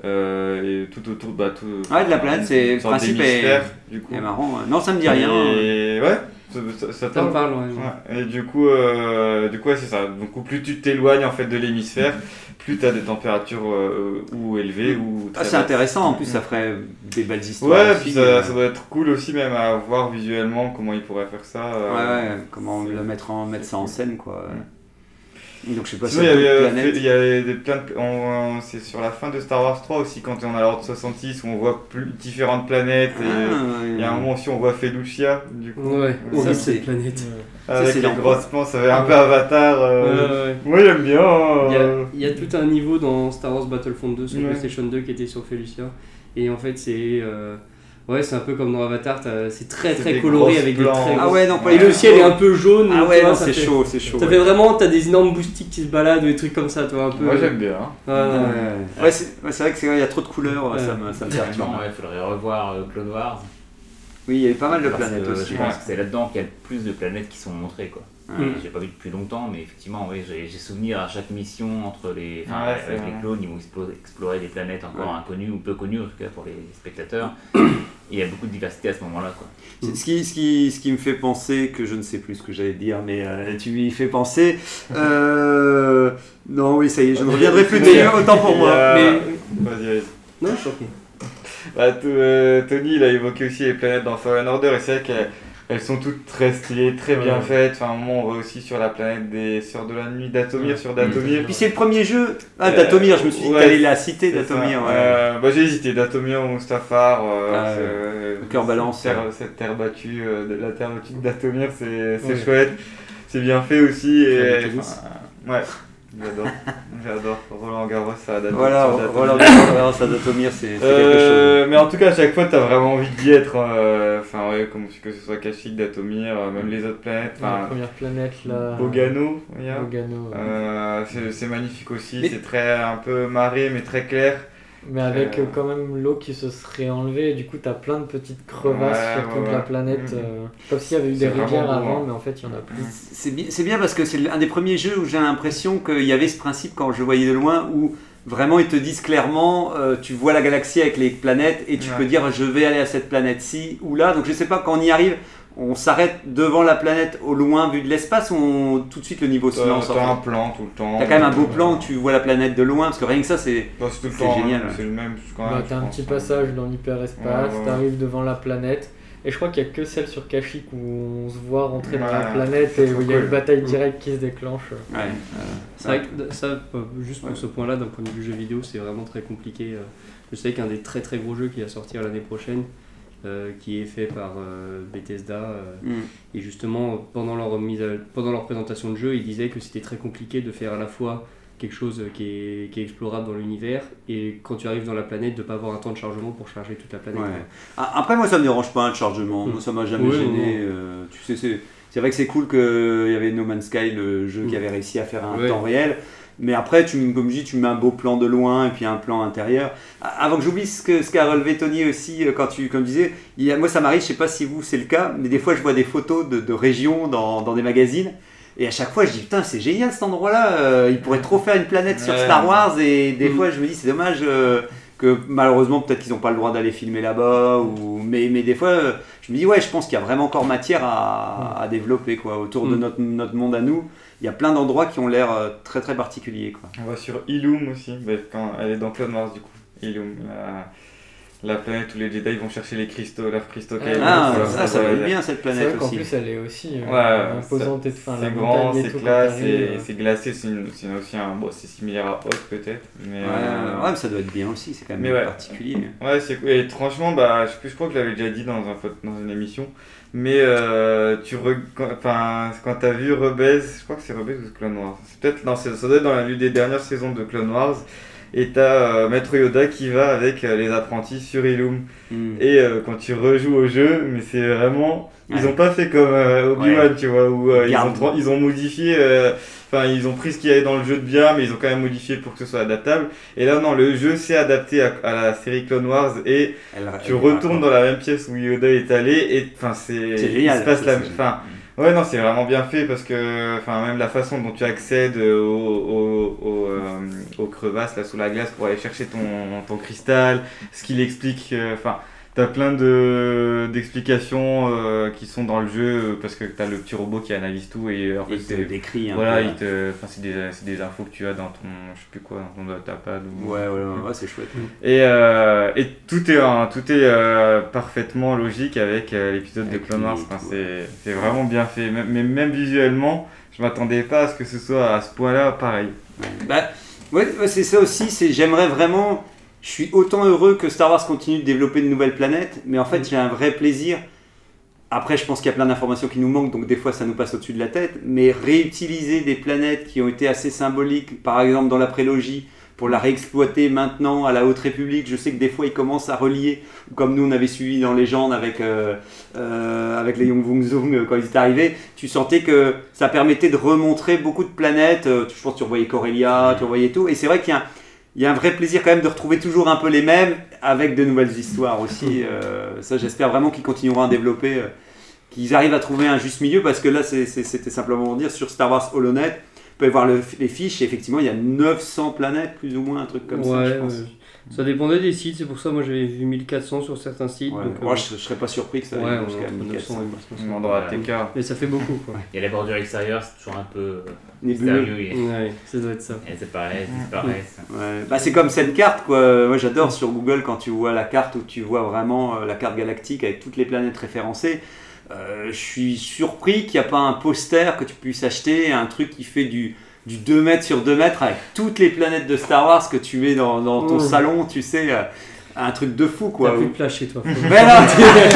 Euh, et tout autour bah, tout, Ah, de la planète, c'est le une sorte principe d'hémisphère, est, du coup. est marrant. Non, ça me dit rien. Et ouais, ça, ça, ça Ça me parle. parle, ouais. Ouais. Et du coup, euh, du coup ouais, c'est ça. Donc plus tu t'éloignes en fait de l'hémisphère, plus tu as des températures euh, ou élevées ou très Ah, c'est basses. intéressant. En plus, ça ferait des belles histoires. Ouais, aussi, puis ça, euh. ça doit être cool aussi même à voir visuellement comment ils pourraient faire ça. euh, Ouais, ouais, comment le mettre, en, mettre ça en scène, quoi. Donc, je sais pas si Sinon, il y il y a avait, d'autres euh, planètes. fait- il y avait des plein de- on- on- c'est sur la fin de Star Wars trois aussi quand on est à l'ordre soixante-six où on voit plus, différentes planètes et Ah, il y a un moment aussi on voit Felucia du coup. Ouais, Euh, horrible c'est- cette planète. avec c'est les dans- grosses plans, ça fait un peu Avatar. euh, Ouais, ouais. Moi j'aime bien. Il y, a, euh, il y a tout un niveau dans Star Wars Battlefront deux sur Ouais. PlayStation deux qui était sur Felucia. Et en fait, c'est. euh, Ouais, c'est un peu comme dans Avatar, t'as- c'est très C'est très des coloré grosses avec des plans. très Ah grosses- ouais, non, pas Et les le ciel est un peu jaune. Ah tu ouais, vois, non, ça c'est fait- chaud, c'est chaud. Ça ouais. fait vraiment, t'as des énormes moustiques qui se baladent, des trucs comme ça, tu vois, un peu. Moi j'aime bien. Ouais, ouais, ouais. Ouais, ouais, c'est ouais, c'est vrai qu'il y a trop de couleurs, Ouais. ça me, ça me perturbe. Finalement, il faudrait revoir euh, Clone Wars. Oui, il y avait pas mal de Parce planètes que aussi. Je pense que c'est là-dedans qu'il y a le plus de planètes qui sont montrées, quoi. Ouais. Euh, J'ai pas vu depuis longtemps, mais effectivement, oui, j'ai j'ai souvenir à chaque mission entre les, enfin, Ouais, avec c'est les vrai. clones, ils vont explo- explorer des planètes encore Ouais. inconnues ou peu connues, en tout cas pour les spectateurs. Et il y a beaucoup de diversité à ce moment-là, quoi. Ce qui, ce, qui, ce qui me fait penser, que je ne sais plus ce que j'allais dire, mais euh, tu m'y fais penser. Euh... Non, oui, ça y est, je ne reviendrai plus dessus, autant pour Il y moi. a- Mais... Vas-y, vas-y. Non, je suis ok. Bah, t- euh, Tony il a évoqué aussi les planètes dans Fallen Order et c'est vrai qu'elles elles sont toutes très stylées, très bien Ouais. faites. Enfin, à un moment on va aussi sur la planète des Sœurs de la Nuit d'Atomir, sur Datomir. Et puis c'est le premier jeu. Ah, Euh, Datomir, je me suis dit que ouais, t'allais la citer, C'est Datomir. ça. Ouais. Euh, bah, j'ai hésité, Datomir ou Mustafar. Euh, Ah, c'est, ouais. euh, Le cœur balance, Cette terre, ouais. cette terre battue, euh, de la terre battue de Datomir, c'est c'est Ouais. chouette. C'est bien fait aussi. Et, Très bien enfin, ouais, j'adore. J'adore. Roland Garros, ça date Voilà, sur Datomir. Roland Garros à Datomir, c'est c'est quelque chose. Euh, mais en tout cas, à chaque fois, t'as vraiment envie d'y être. euh, Enfin, ouais, comme que ce soit Kashyyyk, Datomir, euh, même les autres planètes. La Enfin, première planète là. Bogano, il y a. Bogano. ouais. Euh, c'est c'est magnifique aussi. Mais- C'est très un peu marée, mais très clair. Mais avec Euh, euh, quand même l'eau qui se serait enlevée, et du coup t'as plein de petites crevasses Ouais, sur ouais, toute ouais. la planète. Mhm. euh, comme s'il y avait eu C'est des vraiment rivières beau, avant, hein. mais en fait il y en a plus. C'est bien, c'est bien parce que c'est un des premiers jeux où j'ai l'impression qu'il y avait ce principe quand je le voyais de loin où vraiment ils te disent clairement euh, tu vois la galaxie avec les planètes et tu Ouais. peux dire je vais aller à cette planète-ci ou là. Donc je sais pas quand on y arrive, on s'arrête devant la planète au loin vu de l'espace ou on, tout de suite le niveau se T'as lance. t'as enfin. un plan tout le temps. T'as quand même un beau plan où tu vois la planète de loin parce que rien que ça c'est. Non, c'est tout le c'est temps. génial, hein, ouais. C'est le même quand même. Bah, je t'as un pense, petit hein. passage dans l'hyperespace, Ouais, ouais. t'arrives devant la planète, et je crois qu'il y a que celle sur Kashyyyk où on se voit rentrer dans la Ouais, planète c'est et trop où il y a cool. une bataille directe qui se déclenche. Ouais. C'est vrai que ça, euh, juste pour ce point-là, d'un point de vue jeu vidéo, c'est vraiment très compliqué. euh. Je sais qu'un des très très gros jeux qui va sortir l'année prochaine, euh, qui est fait par euh, Bethesda, euh, Mm. et justement pendant leur, mise à- pendant leur présentation de jeu, ils disaient que c'était très compliqué de faire à la fois quelque chose qui est, qui est explorable dans l'univers et quand tu arrives dans la planète de pas avoir un temps de chargement pour charger toute la planète. Ouais. quoi. Ah, Après, moi, ça me dérange pas un chargement. Mm. Moi, ça m'a jamais Ouais, gêné. non. euh, tu sais, c'est, c'est vrai que c'est cool qu'il y avait No Man's Sky, le jeu Mm. qui avait réussi à faire un Ouais. temps réel. Mais après, tu, me- comme je dis, tu mets un beau plan de loin et puis un plan intérieur. Ah, Avant que j'oublie ce, que, ce qu'a relevé Tony aussi, euh, quand tu comme tu disais, il y a- moi ça m'arrive, je sais pas si vous c'est le cas, mais des fois je vois des photos de, de régions dans, dans des magazines. Et à chaque fois, je dis putain, c'est génial cet endroit-là. euh, il pourrait trop faire une planète sur Ouais. Star Wars. Et des Mm. fois, je me dis, c'est dommage euh, que malheureusement, peut-être qu'ils n'ont pas le droit d'aller filmer là-bas. Ou... Mais, mais des fois, euh, je me dis, ouais, je pense qu'il y a vraiment encore matière à, à développer quoi, autour de Mm. notre, notre monde à nous. Il y a plein d'endroits qui ont l'air euh, très très particuliers. Quoi. On va sur Illum aussi. Bah, quand elle est dans Clone Wars du coup. Illum. La... La planète où les Jedi vont chercher les cristaux, leurs cristaux. Ah, Kyber, Ah, voilà, ça, ça va ouais, être bien cette C'est planète vrai qu'en aussi. plus elle est aussi euh, Ouais, imposante et de fin, c'est la grand, montagne et c'est tout, quand classe, t'arrives, c'est euh, c'est glacé, c'est une- c'est aussi un. Bon, c'est similaire à Hoth peut-être. Mais, Ouais, euh, ouais, mais ça doit être bien aussi, c'est quand même mais ouais. particulier. Ouais, c'est cool. Et franchement, bah, je, je crois que je l'avais déjà dit dans, un, pho- dans une émission. Mais euh, tu re, quand, enfin, quand t'as vu Rebels, je crois que c'est Rebels ou Clone Wars. C'est peut-être, non, c'est- ça doit être dans l'une des dernières saisons de Clone Wars. Et t'as euh, Maître Yoda qui va avec euh, les apprentis sur Illum. Mm. Et euh, quand tu rejoues au jeu, mais c'est vraiment. Ils Ouais. ont pas fait comme euh, Obi-Wan, Ouais. tu vois, où euh, ils, Garde. ont, tra- ils ont modifié. euh, Enfin, ils ont pris ce qu'il y avait dans le jeu de bien, mais ils ont quand même modifié pour que ce soit adaptable. Et là, non, le jeu s'est adapté à, à la série Clone Wars et Elle- tu elle- retournes dans la même pièce où Yoda est allé. Et enfin, c'est. C'est il génial, se passe ça, la. c'est Enfin, Ouais, non, c'est vraiment bien fait parce que, enfin, même la façon dont tu accèdes aux, aux, aux, euh, aux crevasses là sous la glace pour aller chercher ton, ton cristal, ce qu'il explique, enfin, euh, t'as plein de d'explications euh, qui sont dans le jeu parce que t'as le petit robot qui analyse tout et en fait il te c'est décrit un voilà, peu. il te, enfin, c'est des, c'est des infos que tu as dans ton, je sais plus quoi, dans ton datapad. Ou... Ouais, ouais, ouais, ouais, c'est chouette. Et, euh, et tout est, hein, tout est euh, parfaitement logique avec euh, l'épisode de Clone Wars. Enfin, c'est, c'est vraiment bien fait. Même, mais même visuellement, je m'attendais pas à ce que ce soit à ce point-là pareil. Bah, ouais, c'est ça aussi. C'est, j'aimerais vraiment. Je suis autant heureux que Star Wars continue de développer de nouvelles planètes, mais en fait, j'ai un vrai plaisir. Après, je pense qu'il y a plein d'informations qui nous manquent, donc des fois, ça nous passe au-dessus de la tête. Mais réutiliser des planètes qui ont été assez symboliques, par exemple dans la prélogie, pour la réexploiter maintenant à la Haute République. Je sais que des fois, ils commencent à relier, comme nous, on avait suivi dans Légende avec, euh, euh, avec les Yong Vung Zung quand ils étaient arrivés. Tu sentais que ça permettait de remontrer beaucoup de planètes. Je pense que tu revoyais Corellia, tu revoyais tout. Et c'est vrai qu'il y a un, il y a un vrai plaisir quand même de retrouver toujours un peu les mêmes avec de nouvelles histoires aussi. Euh, ça, j'espère vraiment qu'ils continueront à développer, euh, qu'ils arrivent à trouver un juste milieu, parce que là, c'est, c'est, c'était simplement pour dire, sur Star Wars HoloNet, vous pouvez voir le, les fiches, et effectivement, il y a neuf cents planètes, plus ou moins, un truc comme ouais, ça, je pense. Ouais. Ça dépendait des sites, c'est pour ça moi j'avais vu mille quatre cents sur certains sites. Ouais, donc, moi, euh, je, je serais pas surpris que ça ouais, aille jusqu'à mille quatre cents. On demandera à T K. Mais ça fait beaucoup quoi. Il y a la bordure extérieure, c'est toujours un peu nébuleux. Ouais, ça doit être ça. Et c'est pareil, c'est pareil. Ouais. Bah, c'est comme cette carte quoi. Moi j'adore sur Google quand tu vois la carte où tu vois vraiment euh, la carte galactique avec toutes les planètes référencées. Euh, je suis surpris qu'il n'y a pas un poster que tu puisses acheter, un truc qui fait du, du deux mètres sur deux mètres avec toutes les planètes de Star Wars que tu mets dans, dans ton mmh. salon, tu sais, euh, un truc de fou quoi. T'as plus de place chez toi. Mais non,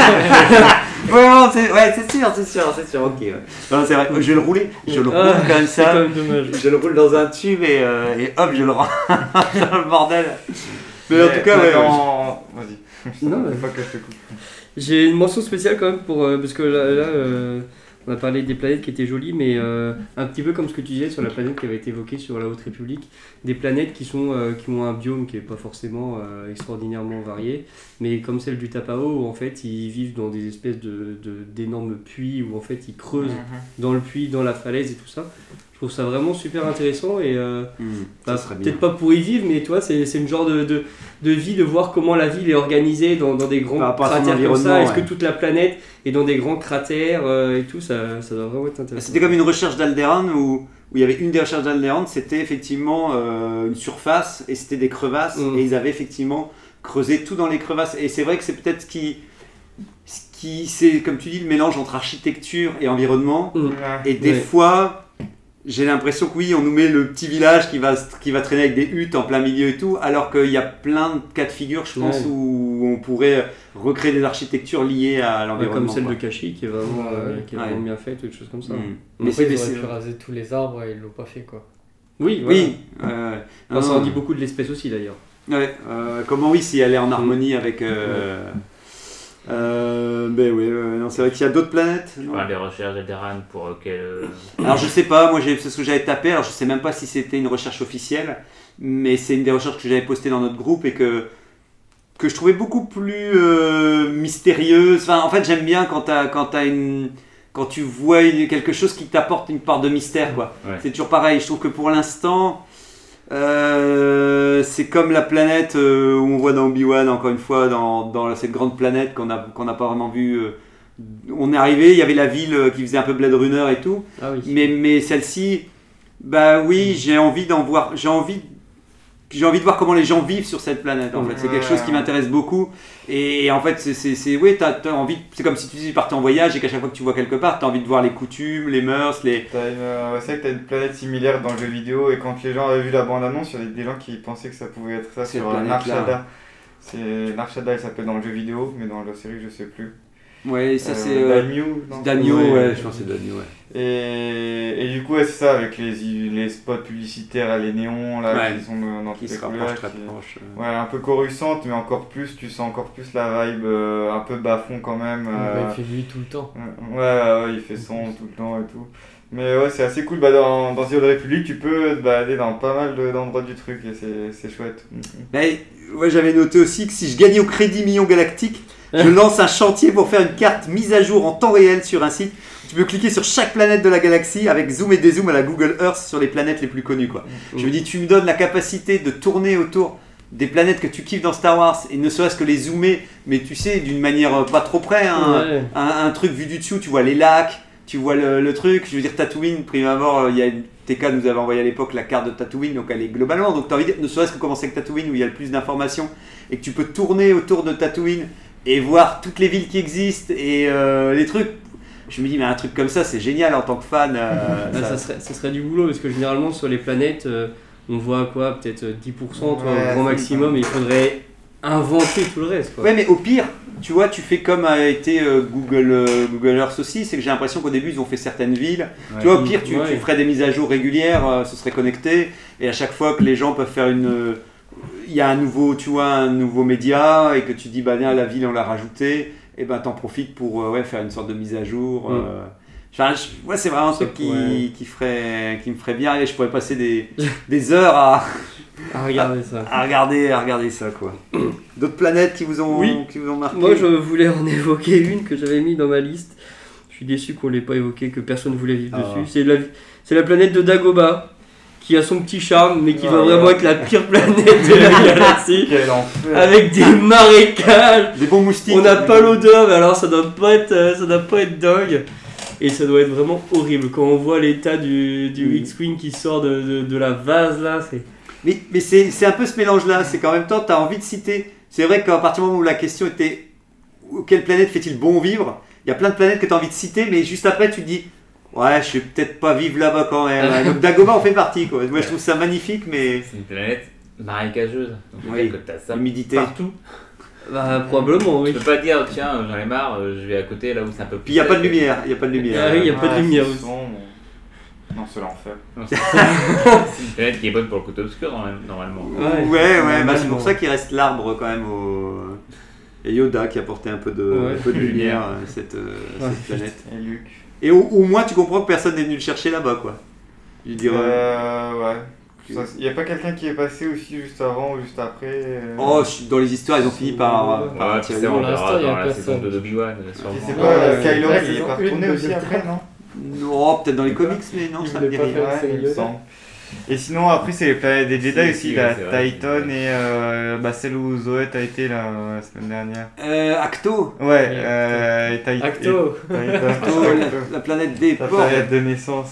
vraiment, c'est, ouais, c'est sûr, c'est sûr, c'est sûr, ok. Ouais. Non, c'est vrai, je vais le rouler, je le roule ah, comme ça, c'est quand même dommage. Je le roule dans un tube et, euh, et hop, je le rends dans le bordel. Mais, mais en tout cas, ouais. Dans... Vas-y, non, mais... pas que je te coupe. J'ai une mention spéciale quand même pour euh, parce que là, là euh, on a parlé des planètes qui étaient jolies, mais euh, un petit peu comme ce que tu disais sur la planète qui avait été évoquée sur la Haute République, des planètes qui sont euh, qui ont un biome qui est pas forcément euh, extraordinairement varié, mais comme celle du Tapao où en fait ils vivent dans des espèces de, de d'énormes puits où en fait ils creusent mm-hmm. dans le puits, dans la falaise et tout ça. Je trouve ça vraiment super intéressant et euh, mmh, bah, peut-être bien. Pas pour y vivre, mais toi c'est c'est une genre de, de, de vie, de voir comment la ville est organisée dans, dans des grands cratères comme ça. Est-ce ouais. que toute la planète est dans des grands cratères euh, et tout, ça, ça doit vraiment être intéressant. C'était comme une recherche d'Alderaan où, où il y avait une des recherches d'Alderaan, c'était effectivement euh, une surface et c'était des crevasses mmh. et ils avaient effectivement creusé tout dans les crevasses. Et c'est vrai que c'est peut-être ce qui, ce qui c'est comme tu dis le mélange entre architecture et environnement. Mmh. Et des ouais. fois... J'ai l'impression que oui, on nous met le petit village qui va, qui va traîner avec des huttes en plein milieu et tout, alors qu'il y a plein de cas de figure, je pense, ouais. où on pourrait recréer des architectures liées à l'environnement. Ouais, comme celle quoi. de Kashi, qui est vraiment, euh, qui est ouais. vraiment bien faite, ou des choses comme ça. Mmh. Mais après, ils auraient pu raser tous les arbres et ils l'ont pas fait, quoi. Oui, voilà. oui. Euh, enfin, ça en dit beaucoup de l'espèce aussi, d'ailleurs. Ouais. Euh, comment oui, si elle est en harmonie mmh. avec... Euh, ouais. Euh, ben oui, euh, non, c'est vrai qu'il y a d'autres planètes. Tu parles des recherches d'Alderaan pour euh, quel... Alors je sais pas, moi j'ai, c'est ce que j'avais tapé, alors je sais même pas si c'était une recherche officielle, mais c'est une des recherches que j'avais postées dans notre groupe et que, que je trouvais beaucoup plus euh, mystérieuse. Enfin, en fait j'aime bien quand, t'as, quand, t'as une, quand tu vois une, quelque chose qui t'apporte une part de mystère, quoi. Ouais. C'est toujours pareil, je trouve que pour l'instant... Euh, c'est comme la planète euh, où on voit dans Obi-Wan, encore une fois, dans, dans cette grande planète qu'on a, qu'on n'a pas vraiment vue. Euh, on est arrivé, il y avait la ville euh, qui faisait un peu Blade Runner et tout. Ah oui. Mais, mais celle-ci, bah oui, j'ai envie d'en voir. J'ai envie, j'ai envie de voir comment les gens vivent sur cette planète. En fait, c'est quelque chose qui m'intéresse beaucoup. Et, et en fait, c'est, c'est, c'est oui, t'as, t'as envie. C'est comme si tu partais en voyage et qu'à chaque fois que tu vois quelque part, t'as envie de voir les coutumes, les mœurs, les. T'as une, euh, c'est vrai que t'as une planète similaire dans le jeu vidéo et quand les gens avaient vu la bande-annonce, il y avait des gens qui pensaient que ça pouvait être ça c'est sur Nar Shaddaa. C'est Nar Shaddaa, il s'appelle dans le jeu vidéo, mais dans la série, je sais plus. Ouais, ça euh, c'est. Euh, Daimyo, Daimyo, ouais, ouais, je pense que c'est Daimyo, ouais. Et, et du coup, ouais, c'est ça, avec les, les spots publicitaires, les néons, là, ouais, qui sont dans qui toutes les se couleurs. Très proche, euh... Ouais, un peu coruscante, mais encore plus, tu sens encore plus la vibe euh, un peu bas-fond quand même. Euh... Bah, il fait nuit tout le temps. Ouais, ouais, ouais il fait sombre tout le temps et tout. Mais ouais, c'est assez cool. Bah, dans, dans The Old Republic, tu peux te balader dans pas mal de, d'endroits du truc et c'est, c'est chouette. Mais, ouais, j'avais noté aussi que si je gagnais au Crédit Million Galactique, je lance un chantier pour faire une carte mise à jour en temps réel sur un site tu peux cliquer sur chaque planète de la galaxie avec zoom et dézoom à la Google Earth sur les planètes les plus connues, quoi. Mmh. Je me dis, tu me donnes la capacité de tourner autour des planètes que tu kiffes dans Star Wars et ne serait-ce que les zoomer, mais tu sais, d'une manière pas trop près, hein, ouais. un, un truc vu du dessous, tu vois les lacs, tu vois le, le truc, je veux dire Tatooine, prime abord, il y a T K nous avait envoyé à l'époque la carte de Tatooine, donc elle est globalement, donc tu as envie de, ne serait-ce que commencer avec Tatooine où il y a le plus d'informations et que tu peux tourner autour de Tatooine et voir toutes les villes qui existent et euh, les trucs. Je me dis, mais un truc comme ça, c'est génial en tant que fan. Euh, ça, ça, serait, ça serait du boulot parce que généralement sur les planètes, euh, on voit quoi, peut-être dix pour cent, toi, ouais, au grand maximum, et il faudrait inventer tout le reste, quoi. Ouais, mais au pire, tu vois, tu fais comme a été euh, Google, euh, Google Earth aussi, c'est que j'ai l'impression qu'au début ils ont fait certaines villes. Ouais. Tu vois, au pire, tu, ouais. tu ferais des mises à jour régulières, euh, ce serait connecté, et à chaque fois que les gens peuvent faire une. Euh, il y a un nouveau, tu vois, un nouveau média, et que tu dis, bah, viens, la ville, on l'a rajouté, et ben, t'en profites pour euh, ouais, faire une sorte de mise à jour. Mm. Euh, Enfin, je, ouais, c'est vraiment un truc qui, ouais. qui, ferait, qui me ferait bien rêver. Je pourrais passer des, des heures à, à regarder ça. À regarder, à regarder ça, quoi. D'autres planètes qui vous ont, oui. qui vous ont marqué? Moi, je voulais en évoquer une que j'avais mis dans ma liste. Je suis déçu qu'on ne l'ait pas évoquée, que personne ne voulait vivre ah. dessus. C'est la, c'est la planète de Dagobah, qui a son petit charme, mais qui ah, va ouais. vraiment être la pire planète de la galaxie. Quel enfer. Avec des marécages. Des bons moustiques. On n'a pas l'odeur, mais alors ça doit pas être, ça doit pas être dingue. Et ça doit être vraiment horrible quand on voit l'état du, du mmh. X-Wing qui sort de, de, de la vase là. C'est... Mais, mais c'est, c'est un peu ce mélange-là, c'est qu'en même temps tu as envie de citer. C'est vrai qu'à partir du moment où la question était quelle planète fait-il bon vivre, il y a plein de planètes que tu as envie de citer, mais juste après tu te dis ouais, je vais peut-être pas vivre là-bas quand même. Donc Dagobah en fait partie, quoi. Moi je trouve ça magnifique, mais. C'est une planète marécageuse. Donc oui, que t'as ça l'humidité partout. Bah, probablement, oui. Tu peux pas dire, tiens, j'en ai marre, je vais à côté là où c'est un peu plus. Puis il n'y a pas de lumière, il n'y a pas de lumière. Ah oui, il n'y a ah, pas de lumière aussi. Son, mais... Non, c'est l'enfer. C'est une planète qui est bonne pour le côté obscur normalement. Ouais, ouais, ouais bah, c'est pour ça qu'il reste l'arbre quand même au. Et Yoda qui apportait un peu de, ouais. un peu de lumière à cette, euh, ouais. cette planète. Et Luke. Et au, au moins tu comprends que personne n'est venu le chercher là-bas, quoi. Je dirais. Euh, ouais. Il n'y a pas quelqu'un qui est passé aussi juste avant ou juste après euh... Oh, dans les histoires, ils ont fini par. Ouais, par tu sais, on verra dans la saison de Obi-Wan. Je sais pas, euh, Kylo Ren il est pas retourné aussi après, non? Non, peut-être dans les comics, mais non, ça me dit rien. Et sinon, après, c'est les planètes des Jedi si, aussi, si, la Titan et euh, bah, celle où Zoé a été la, la semaine dernière. Euh, Acto. Ouais, euh, et Titan. Acto. Acto, la, la planète des porcs. La planète de naissance.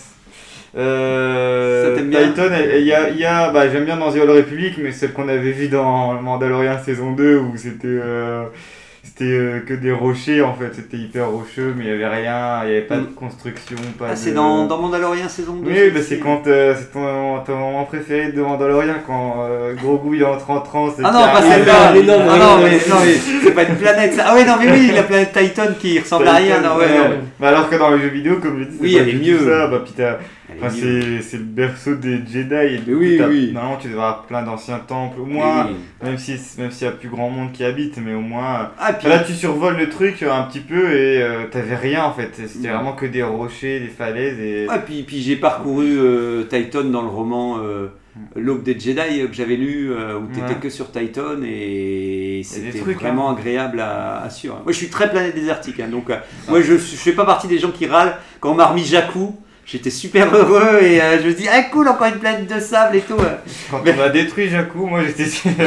Euh, Titan, il y a, y a bah, j'aime bien dans The Old Republic, mais celle qu'on avait vue dans Mandalorian saison deux où c'était euh, c'était euh, que des rochers en fait, c'était hyper rocheux, mais il n'y avait rien, il n'y avait pas de construction. Pas ah, de... c'est dans, dans Mandalorian saison deux? Oui, bah, c'est quand euh, c'est ton, ton moment préféré de Mandalorian quand euh, Grogu il entre en transe. Ah non, pas celle-là! Ah non, non, mais, non, mais c'est pas une planète ça. Ah ouais, non, mais oui, la planète Titan qui ressemble Titan, à rien. Non, ouais, ouais. Non. Bah, alors que dans les jeux vidéo, comme je dis, c'est oui, pas elle est mieux. Ça, bah, putain. Enfin, c'est, c'est le berceau des Jedi et du oui, coup, oui. normalement tu devras avoir plein d'anciens temples, au moins, oui. même si même s'il y a plus grand monde qui habite, mais au moins. Ah, puis... Là tu survoles le truc un petit peu et euh, t'avais rien en fait, c'était vraiment que des rochers, des falaises et. Ah, puis, puis j'ai parcouru euh, Titan dans le roman euh, L'Aube des Jedi euh, que j'avais lu, euh, où t'étais ouais. que sur Titan et c'était trucs, vraiment hein. agréable à, à suivre. Moi je suis très planète désertique, hein, donc euh, ah. moi je, je fais pas partie des gens qui râlent quand on m'a remis Jakku. J'étais super heureux et euh, je me dis ah cool, encore une planète de sable et tout. Quand mais... on a détruit Jakku, moi j'étais super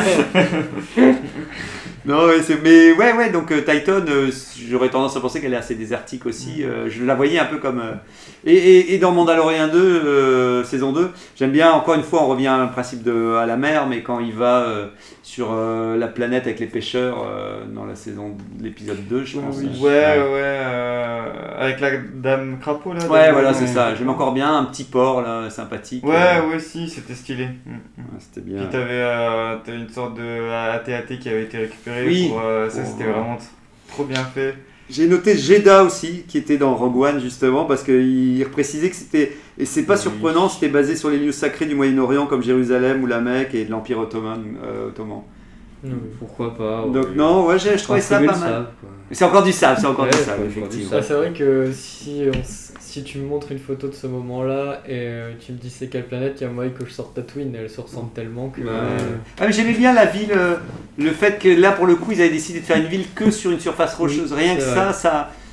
non mais, c'est... mais ouais ouais donc euh, Titan, euh, j'aurais tendance à penser qu'elle est assez désertique aussi. Euh, je la voyais un peu comme euh... et, et, et dans Mandalorian deux euh, saison deux, j'aime bien encore une fois on revient au principe de à la mer, mais quand il va euh, sur euh, la planète avec les pêcheurs euh, dans la saison l'épisode deux je pense. Oui, ouais ouais, ouais euh, avec la dame crapaud là. Ouais voilà c'est ça, j'aime encore bien un petit port là sympathique. Ouais euh... ouais si c'était stylé. Ouais, c'était bien. Puis t'avais, euh, t'avais une sorte de A T A T qui avait été récupéré. Oui. Pour, euh, ça oh, c'était ouais. vraiment t- trop bien fait. J'ai noté Jeddah aussi, qui était dans Rogue One justement, parce qu'il précisait que c'était, et c'est pas oui. surprenant, c'était basé sur les lieux sacrés du Moyen-Orient comme Jérusalem ou la Mecque et de l'Empire ottoman. Euh, ottoman. Mmh, pourquoi pas. Donc oui. non, ouais, j'ai, je trouvais ça pas mal. Sable, c'est encore du sable, c'est encore ouais, du sable, effectivement. Ah, c'est vrai que si, on, si tu me montres une photo de ce moment-là et euh, tu me dis c'est quelle planète, il y a moyen que je sorte Tatooine, elle se ressemble tellement que... Ouais. Ah mais j'aimais bien la ville, euh, le fait que là pour le coup ils avaient décidé de faire une ville que sur une surface rocheuse, oui, rien que vrai. ça, ça...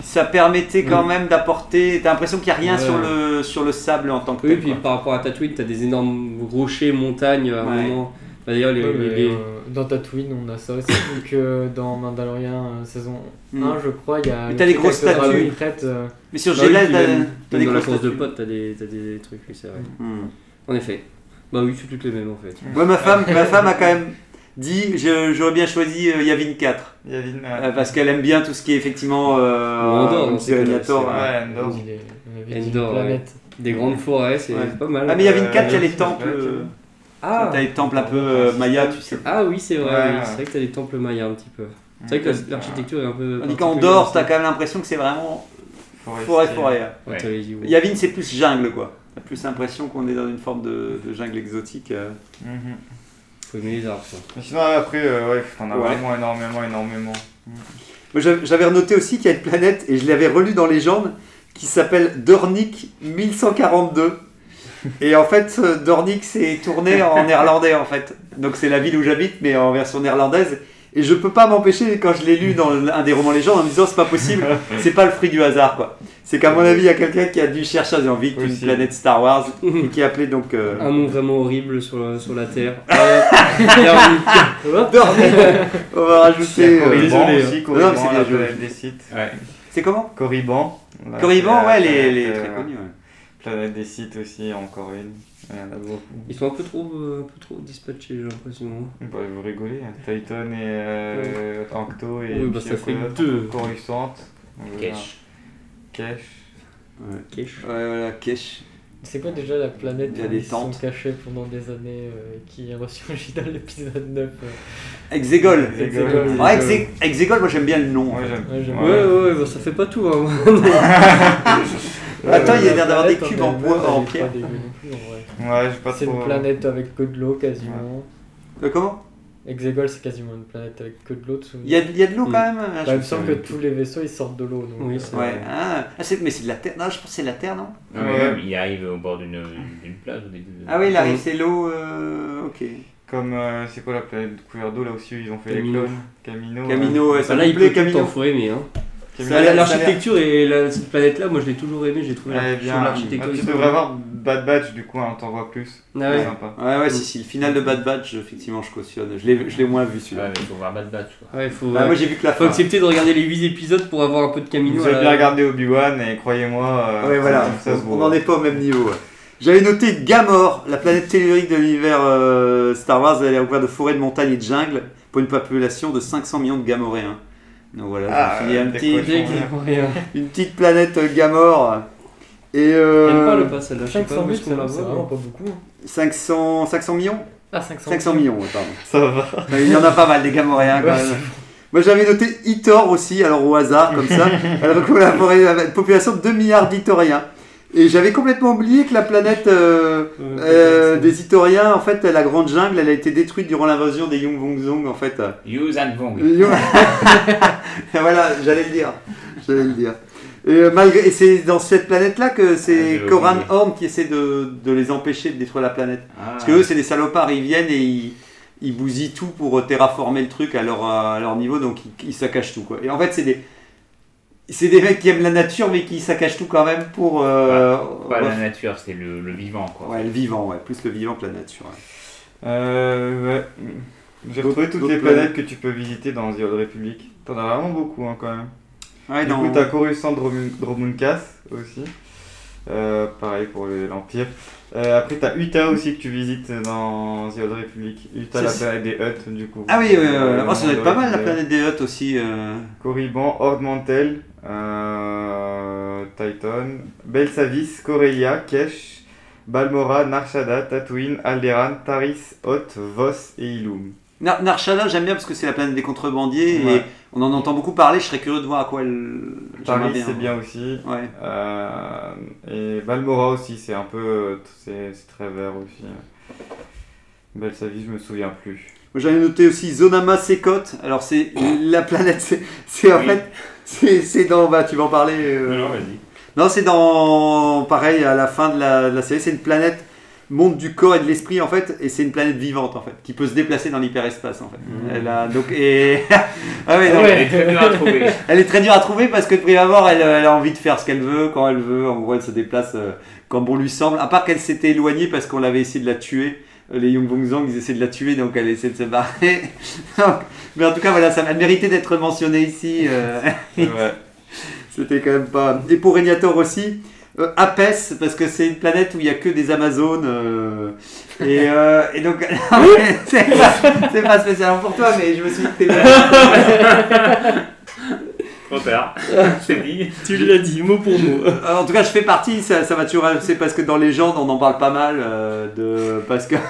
ça permettait quand même d'apporter. T'as l'impression qu'il n'y a rien Ouais. sur, le, sur le sable en tant que Oui, tel. puis quoi. par rapport à Tatooine, t'as des énormes rochers, montagnes à un Ouais. moment. Bah, d'ailleurs, les, Ouais, mais, les- euh, dans Tatooine, on a ça aussi. Vu que dans Mandalorian euh, saison Mm. un, je crois, il y a. Mais le t'as les truc grosses avec le statues. dragon crête, euh, Mais sur Bah oui, Jedi, puis t'as, même- t'as même des dans la grosses course de statues. potes, t'as des, t'as des trucs, oui, c'est vrai. Hmm. En effet. Bah oui, c'est toutes les mêmes en fait. Ouais, ma femme, ma femme a quand même dit je- j'aurais bien choisi euh, Yavin quatre. Yavin, ouais. Euh, parce qu'elle aime bien tout ce qui est effectivement euh, Ou Andorre, euh, dans ces cas-là, Terminator. c'est hein. Ouais, Endor. il est- il avait dit Endor, une ouais. planète. Des grandes forêts, c'est Ouais. c'est pas mal. Ah, mais Yavin Euh, quatre, il y a les c'est temples. vrai que- euh, Ah, T'as les temples un peu euh, mayas, tu sais. ah oui, c'est vrai, Ouais. oui. c'est vrai que t'as des temples mayas un petit peu. C'est vrai que la- l'architecture est un peu. Tandis qu'en particulière dehors, aussi. t'as quand même l'impression que c'est vraiment Forestier. forêt-forêt. Ouais, Ouais. t'as les- oui. Yavin, c'est plus jungle, quoi. T'as plus l'impression qu'on est dans une forme de, de jungle exotique. euh. Mhm. Faut aimer les arbres, ça. Mais sinon, après, euh, ouais, t'en as Ouais. vraiment énormément, énormément. Moi, j'avais j'avais renoté aussi qu'il y a une planète, et je l'avais relu dans Légende, qui s'appelle Dornick mille cent quarante-deux. Et en fait, euh, Dornick, c'est tourné en néerlandais, en fait. Donc c'est la ville où j'habite, mais en version néerlandaise. Et je peux pas m'empêcher, quand je l'ai lu dans un des romans Légendes, en me disant c'est pas possible, c'est pas le fruit du hasard, quoi. C'est qu'à mon avis, il y a quelqu'un qui a dû chercher en envie une Possible. planète Star Wars, et qui a appelé donc... euh, Un nom vraiment horrible sur la, sur la Terre. Hop. Dornick. On va rajouter... euh, Corriban désolé, aussi, Non, Corriban, mais c'est bien la joué. planète des sites. Ouais. C'est comment Corriban. Là, Corriban, c'est ouais, la les, planète, les euh, très connus, ouais. Planète des sites aussi, encore une. Il y en a beaucoup. Ils sont un peu trop, euh, un peu trop dispatchés, j'ai l'impression. Bah, vous rigolez, hein. Titan et euh, Ancto et Oui, bah, puis ça fait Coruscant, deux. Coruscant. Cash. Cash. Ouais. Kesh. Ouais, voilà, Kesh. C'est quoi déjà la planète Il y a où des ils se sont tentes. cachés pendant des années euh, qui ressurgit dans l'épisode neuf euh. Exegol. Exegol. Ouais, Exe- Exegol, moi j'aime bien le nom. en Ouais, fait. j'aime. Ouais, j'aime Ouais, ouais, ouais, bah, ça fait pas tout. Hein. Attends, il y a La l'air d'avoir des planète cubes en elle-même, bois, elle en est pierre. pas dégueu non plus, en vrai. Ouais, j'ai pas C'est trop. une planète avec que de l'eau quasiment. Euh, comment Exegol, c'est quasiment une planète avec que de l'eau dessous. Il y a, il y a de l'eau Mm. quand même hein, Bah, je il me sais semble pas. que tous les vaisseaux ils sortent de l'eau. donc, Oui, euh, c'est Ouais, ah, ah, c'est- mais c'est de la terre. Non, je pense que c'est de la terre, non Non, mais même, il arrive au bord d'une d'une plage. ou des- Ah oui, il arrive, c'est l'eau. euh, ok. Comme, euh, c'est quoi la planète de couleur d'eau là aussi où ils ont fait Camino. les clones Camino. Camino, ouais, ça Bah, là, me il plaît, peut tout le Camino. temps, faut aimer. Hein. euh, Ça a l'air- Camino. L'architecture et la, cette planète-là, moi je l'ai toujours aimé, j'ai trouvé Elle est la- bien. sur Ah, l'architecture. tu ils sont- devrais avoir Bad Batch du coup, hein, on t'en voit plus. Ah ouais. C'est sympa. Ouais, ouais, si, si. Le final de Bad Batch, effectivement, je cautionne. Je l'ai je l'ai moins vu Ouais, celui-là. mais il faut voir Bad Batch. Quoi. Ouais, faut, Bah, ouais. moi j'ai vu que la faut fin. accepter de regarder les huit épisodes pour avoir un peu de Camino. Vous à avez la- bien regardé Obi-Wan et croyez-moi. euh, Ouais, voilà, ça se on voit. n'en est pas au même niveau. ouais. J'avais noté Gamor, la planète tellurique de l'univers euh, Star Wars. Elle est recouverte de forêts, de montagnes et de jungles pour une population de cinq cents millions de Gamoréens. Donc voilà, Ah, j'ai fini un des petit- cochons. Dès qu'il y a rien. une petite planète euh, Gamor. Et euh, J'aime pas le pas celle-là, je sais cinq pas cent où mille, est-ce qu'on la c'est vraiment voit. pas beaucoup. hein. cinq cents, cinq cents millions Ah, cinq cents. cinq cents millions, ouais, pardon. Ça va. Il y en a pas mal des Gamoréens quand Ouais, même. Moi j'avais noté Itor aussi, alors au hasard comme ça. Elle recouvre la forêt- la population de deux milliards d'Itoriens. Et j'avais complètement oublié que la planète euh, euh, des Itoriens, en fait, la grande jungle, elle a été détruite durant l'invasion des Yungvongzong, en fait. Use and Vong. Voilà, j'allais le dire. J'allais le dire. Et, euh, malgré, et c'est dans cette planète-là que Ah, c'est j'avais Koran oublié. Horn qui essaie de, de les empêcher de détruire la planète. Ah. Parce que eux, c'est des salopards, ils viennent et ils, ils bousillent tout pour terraformer le truc à leur, à leur niveau, donc ils, ils saccagent tout, quoi. Et en fait, c'est des, c'est des mecs qui aiment la nature, mais qui saccagent tout quand même pour... euh, Pas la ref- nature, c'est le, le vivant. Quoi. Ouais, le vivant, ouais, plus le vivant que la nature. ouais. Euh, ouais. J'ai retrouvé toutes d'autres les planètes planètes. que tu peux visiter dans The Old Republic. T'en as vraiment beaucoup hein, quand même. Ouais, Du dans- coup, t'as Coruscant Dromun- Dromunkas aussi. Euh, pareil pour le- l'Empire. Euh, après, t'as Utah aussi que tu visites dans The Old Republic. Utah, C'est- la c'est- planète des Hutt, du coup. Ah oui, ouais, ouais, ouais. Euh, Oh, ça doit être pas mal la Old planète des Hutt aussi. euh. Corriban, Horde Mantel, euh, Titan, Belsavis, Corellia, Kesh, Balmora, Narshada, Tatooine, Alderaan, Taris, Hoth, Vos et Ilum. Nar- Narshada, j'aime bien parce que c'est la planète des contrebandiers Ouais. et on en entend beaucoup parler. Je serais curieux de voir à quoi elle. j'aimerais Taris, c'est bien aussi. Ouais. Euh, et Balmora aussi, c'est un peu. C'est c'est très vert aussi. Belsavis, je me souviens plus. Moi, j'avais noté aussi Zonama Sekot. Alors, c'est la planète. C'est, c'est en Oui. fait. C'est, c'est dans. Bah, tu vas en parler. euh, Non, non, vas-y. Non, c'est dans. Pareil, à la fin de la, de la série, c'est une planète monde du corps et de l'esprit en fait, et c'est une planète vivante en fait, qui peut se déplacer dans l'hyperespace en fait. Mmh. Elle a donc et ah ouais, donc, ouais, elle est très dure à trouver. Elle est très dure à trouver parce que de prime abord, elle, elle a envie de faire ce qu'elle veut quand elle veut. En gros, elle se déplace euh, comme bon lui semble. À part qu'elle s'était éloignée parce qu'on avait essayé de la tuer. Les Yongbongzang, ils essaient de la tuer, donc elle essaie de se barrer. Mais en tout cas, voilà, ça a mérité d'être mentionné ici. Euh... Ouais. C'était quand même pas. Et pour Régnator aussi, euh, Apes, parce que c'est une planète où il n'y a que des Amazones. Euh... Et, euh... et donc, c'est pas, c'est pas spécialement pour toi, mais je me suis dit que t'es bien. Trop tard, c'est dit. Tu l'as dit, mot pour mot. En tout cas, je fais partie, ça, ça va toujours. C'est parce que dans les légendes, on en parle pas mal. Euh, de... Parce que.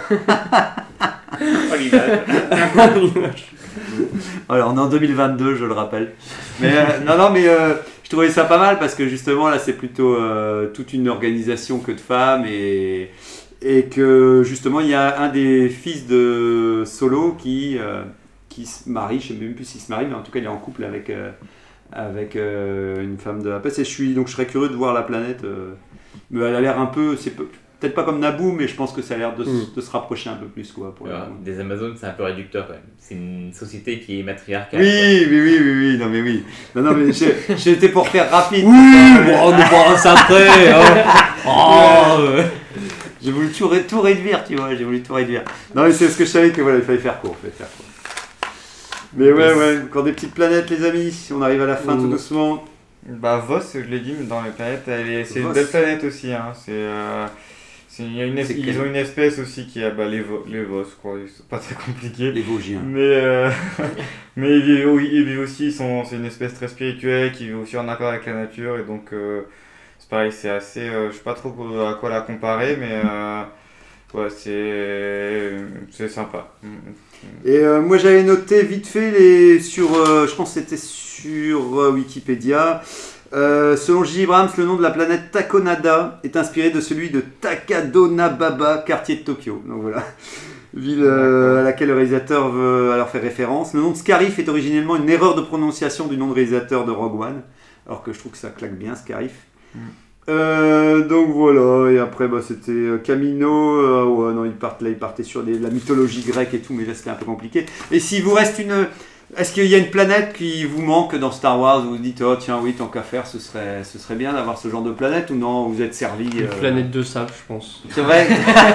Oh l'image. Alors, on est en deux mille vingt-deux, je le rappelle. Mais euh, non, non, mais euh, je trouvais ça pas mal parce que justement, là, c'est plutôt euh, toute une organisation que de femmes et, et que justement, il y a un des fils de Solo qui, euh, qui se marie. Je ne sais même plus s'il se marie, mais en tout cas, il est en couple avec. Euh, avec euh, une femme de Apes et je suis donc je serais curieux de voir la planète euh, mais elle a l'air un peu c'est peu, peut-être pas comme Naboo mais je pense que ça a l'air de, mm. de se rapprocher un peu plus quoi pour Alors, des Amazones c'est un peu réducteur quand même, c'est une société qui est matriarcale. Oui oui oui oui oui non mais oui non non mais j'ai, j'ai été pour faire rapide oui bon on nous parle ça après hein. Oh, ouais. J'ai voulu tout, tout réduire tu vois j'ai voulu tout réduire non mais c'est ce que je savais que voilà il fallait faire court, il fallait faire court. Mais ouais, ouais, encore des petites planètes, les amis. On arrive à la fin mmh. tout doucement. Bah, Vos, je l'ai dit, mais dans les planètes, elle est, c'est Vos. Une belle planète aussi. Hein. C'est, euh, c'est, y a une es- c'est ils quel... ont une espèce aussi qui a bah, les, Vo- les Vos, je crois. C'est pas très compliqué. Les Vosgiens. Mais, euh, mais ils, vivent, ils vivent aussi, ils sont, c'est une espèce très spirituelle qui vit aussi en accord avec la nature. Et donc, euh, c'est pareil, c'est assez. Euh, je sais pas trop à quoi la comparer, mais euh, ouais, c'est, c'est sympa. Et euh, moi j'avais noté vite fait les, sur, euh, je pense que c'était sur euh, Wikipédia, euh, selon J. Abrams, le nom de la planète Takonada est inspiré de celui de Takadonababa, quartier de Tokyo. Donc voilà, ville euh, à laquelle le réalisateur veut alors faire référence. Le nom de Scarif est originellement une erreur de prononciation du nom de réalisateur de Rogue One, alors que je trouve que ça claque bien Scarif. Mm. Euh, donc voilà, et après bah, c'était euh, Camino, euh, ouais non il, part, là, il partait sur des, la mythologie grecque et tout, mais là c'était un peu compliqué. Et s'il vous reste une... Est-ce qu'il y a une planète qui vous manque dans Star Wars, où vous vous dites oh tiens oui tant qu'à faire ce serait, ce serait bien d'avoir ce genre de planète, ou non vous êtes servi Une euh... planète de sable je pense. C'est vrai.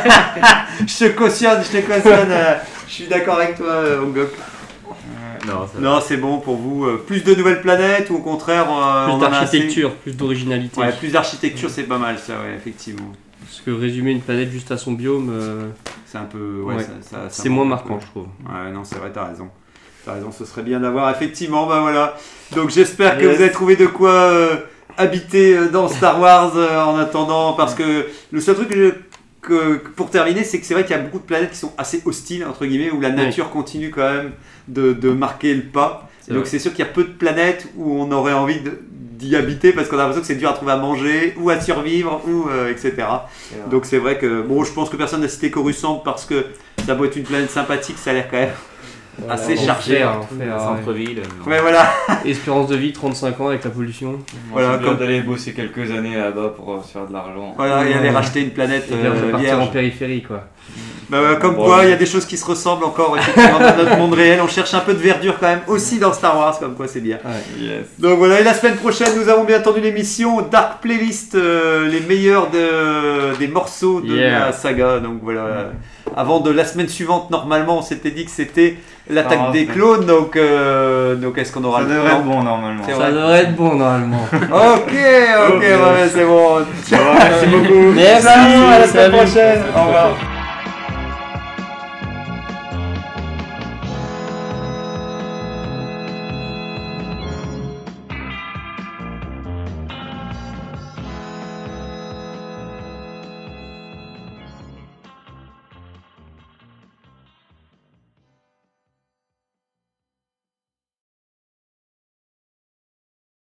Je te cautionne, je te cautionne, euh, je suis d'accord avec toi Ongok. Non, ça non, c'est bon pour vous. Euh, plus de nouvelles planètes ou au contraire euh, plus on d'architecture, assez... plus d'originalité. Ouais, plus d'architecture, c'est pas mal ça, ouais, effectivement. Parce que résumer une planète juste à son biome, euh... c'est un peu, ouais, ouais. Ça, ça, ça c'est moins marquant, je trouve. Ouais, non, c'est vrai, t'as raison. T'as raison, ce serait bien d'avoir effectivement, bah voilà. Donc j'espère que yes. vous avez trouvé de quoi euh, habiter euh, dans Star Wars euh, en attendant, parce que le seul truc que je Que, pour terminer, c'est que c'est vrai qu'il y a beaucoup de planètes qui sont assez hostiles, entre guillemets, où la nature oui. continue quand même de, de marquer le pas. C'est donc vrai. C'est sûr qu'il y a peu de planètes où on aurait envie de, d'y habiter parce qu'on a l'impression que c'est dur à trouver à manger, ou à survivre, ou euh, et cetera. C'est donc c'est vrai que, bon, je pense que personne n'a cité Coruscant parce que ça doit être une planète sympathique, ça a l'air quand même voilà, assez chargé. En centre-ville. Ouais, voilà. Espérance de vie trente-cinq ans avec la pollution. Voilà, voilà comme d'aller bosser quelques années là-bas pour se faire de l'argent. Voilà, et aller racheter une planète euh, vierge. Partir en périphérie quoi. Bah, bah, comme bon, quoi, il ouais. y a des choses qui se ressemblent encore effectivement dans notre monde réel. On cherche un peu de verdure quand même aussi dans Star Wars, comme quoi c'est bien. Ouais. Yes. Donc voilà, et la semaine prochaine, nous avons bien entendu l'émission Dark Playlist, euh, les meilleurs de, des morceaux de yeah. la saga. Donc voilà. Ouais. Avant de la semaine suivante, normalement, on s'était dit que c'était l'attaque ah, des clones. Donc, euh, donc est-ce qu'on aura ça le devrait temps être bon normalement. Ça vrai. devrait être bon normalement. ok, ok, okay. Ouais, c'est bon. Merci beaucoup. Merci, à la semaine prochaine. Au revoir.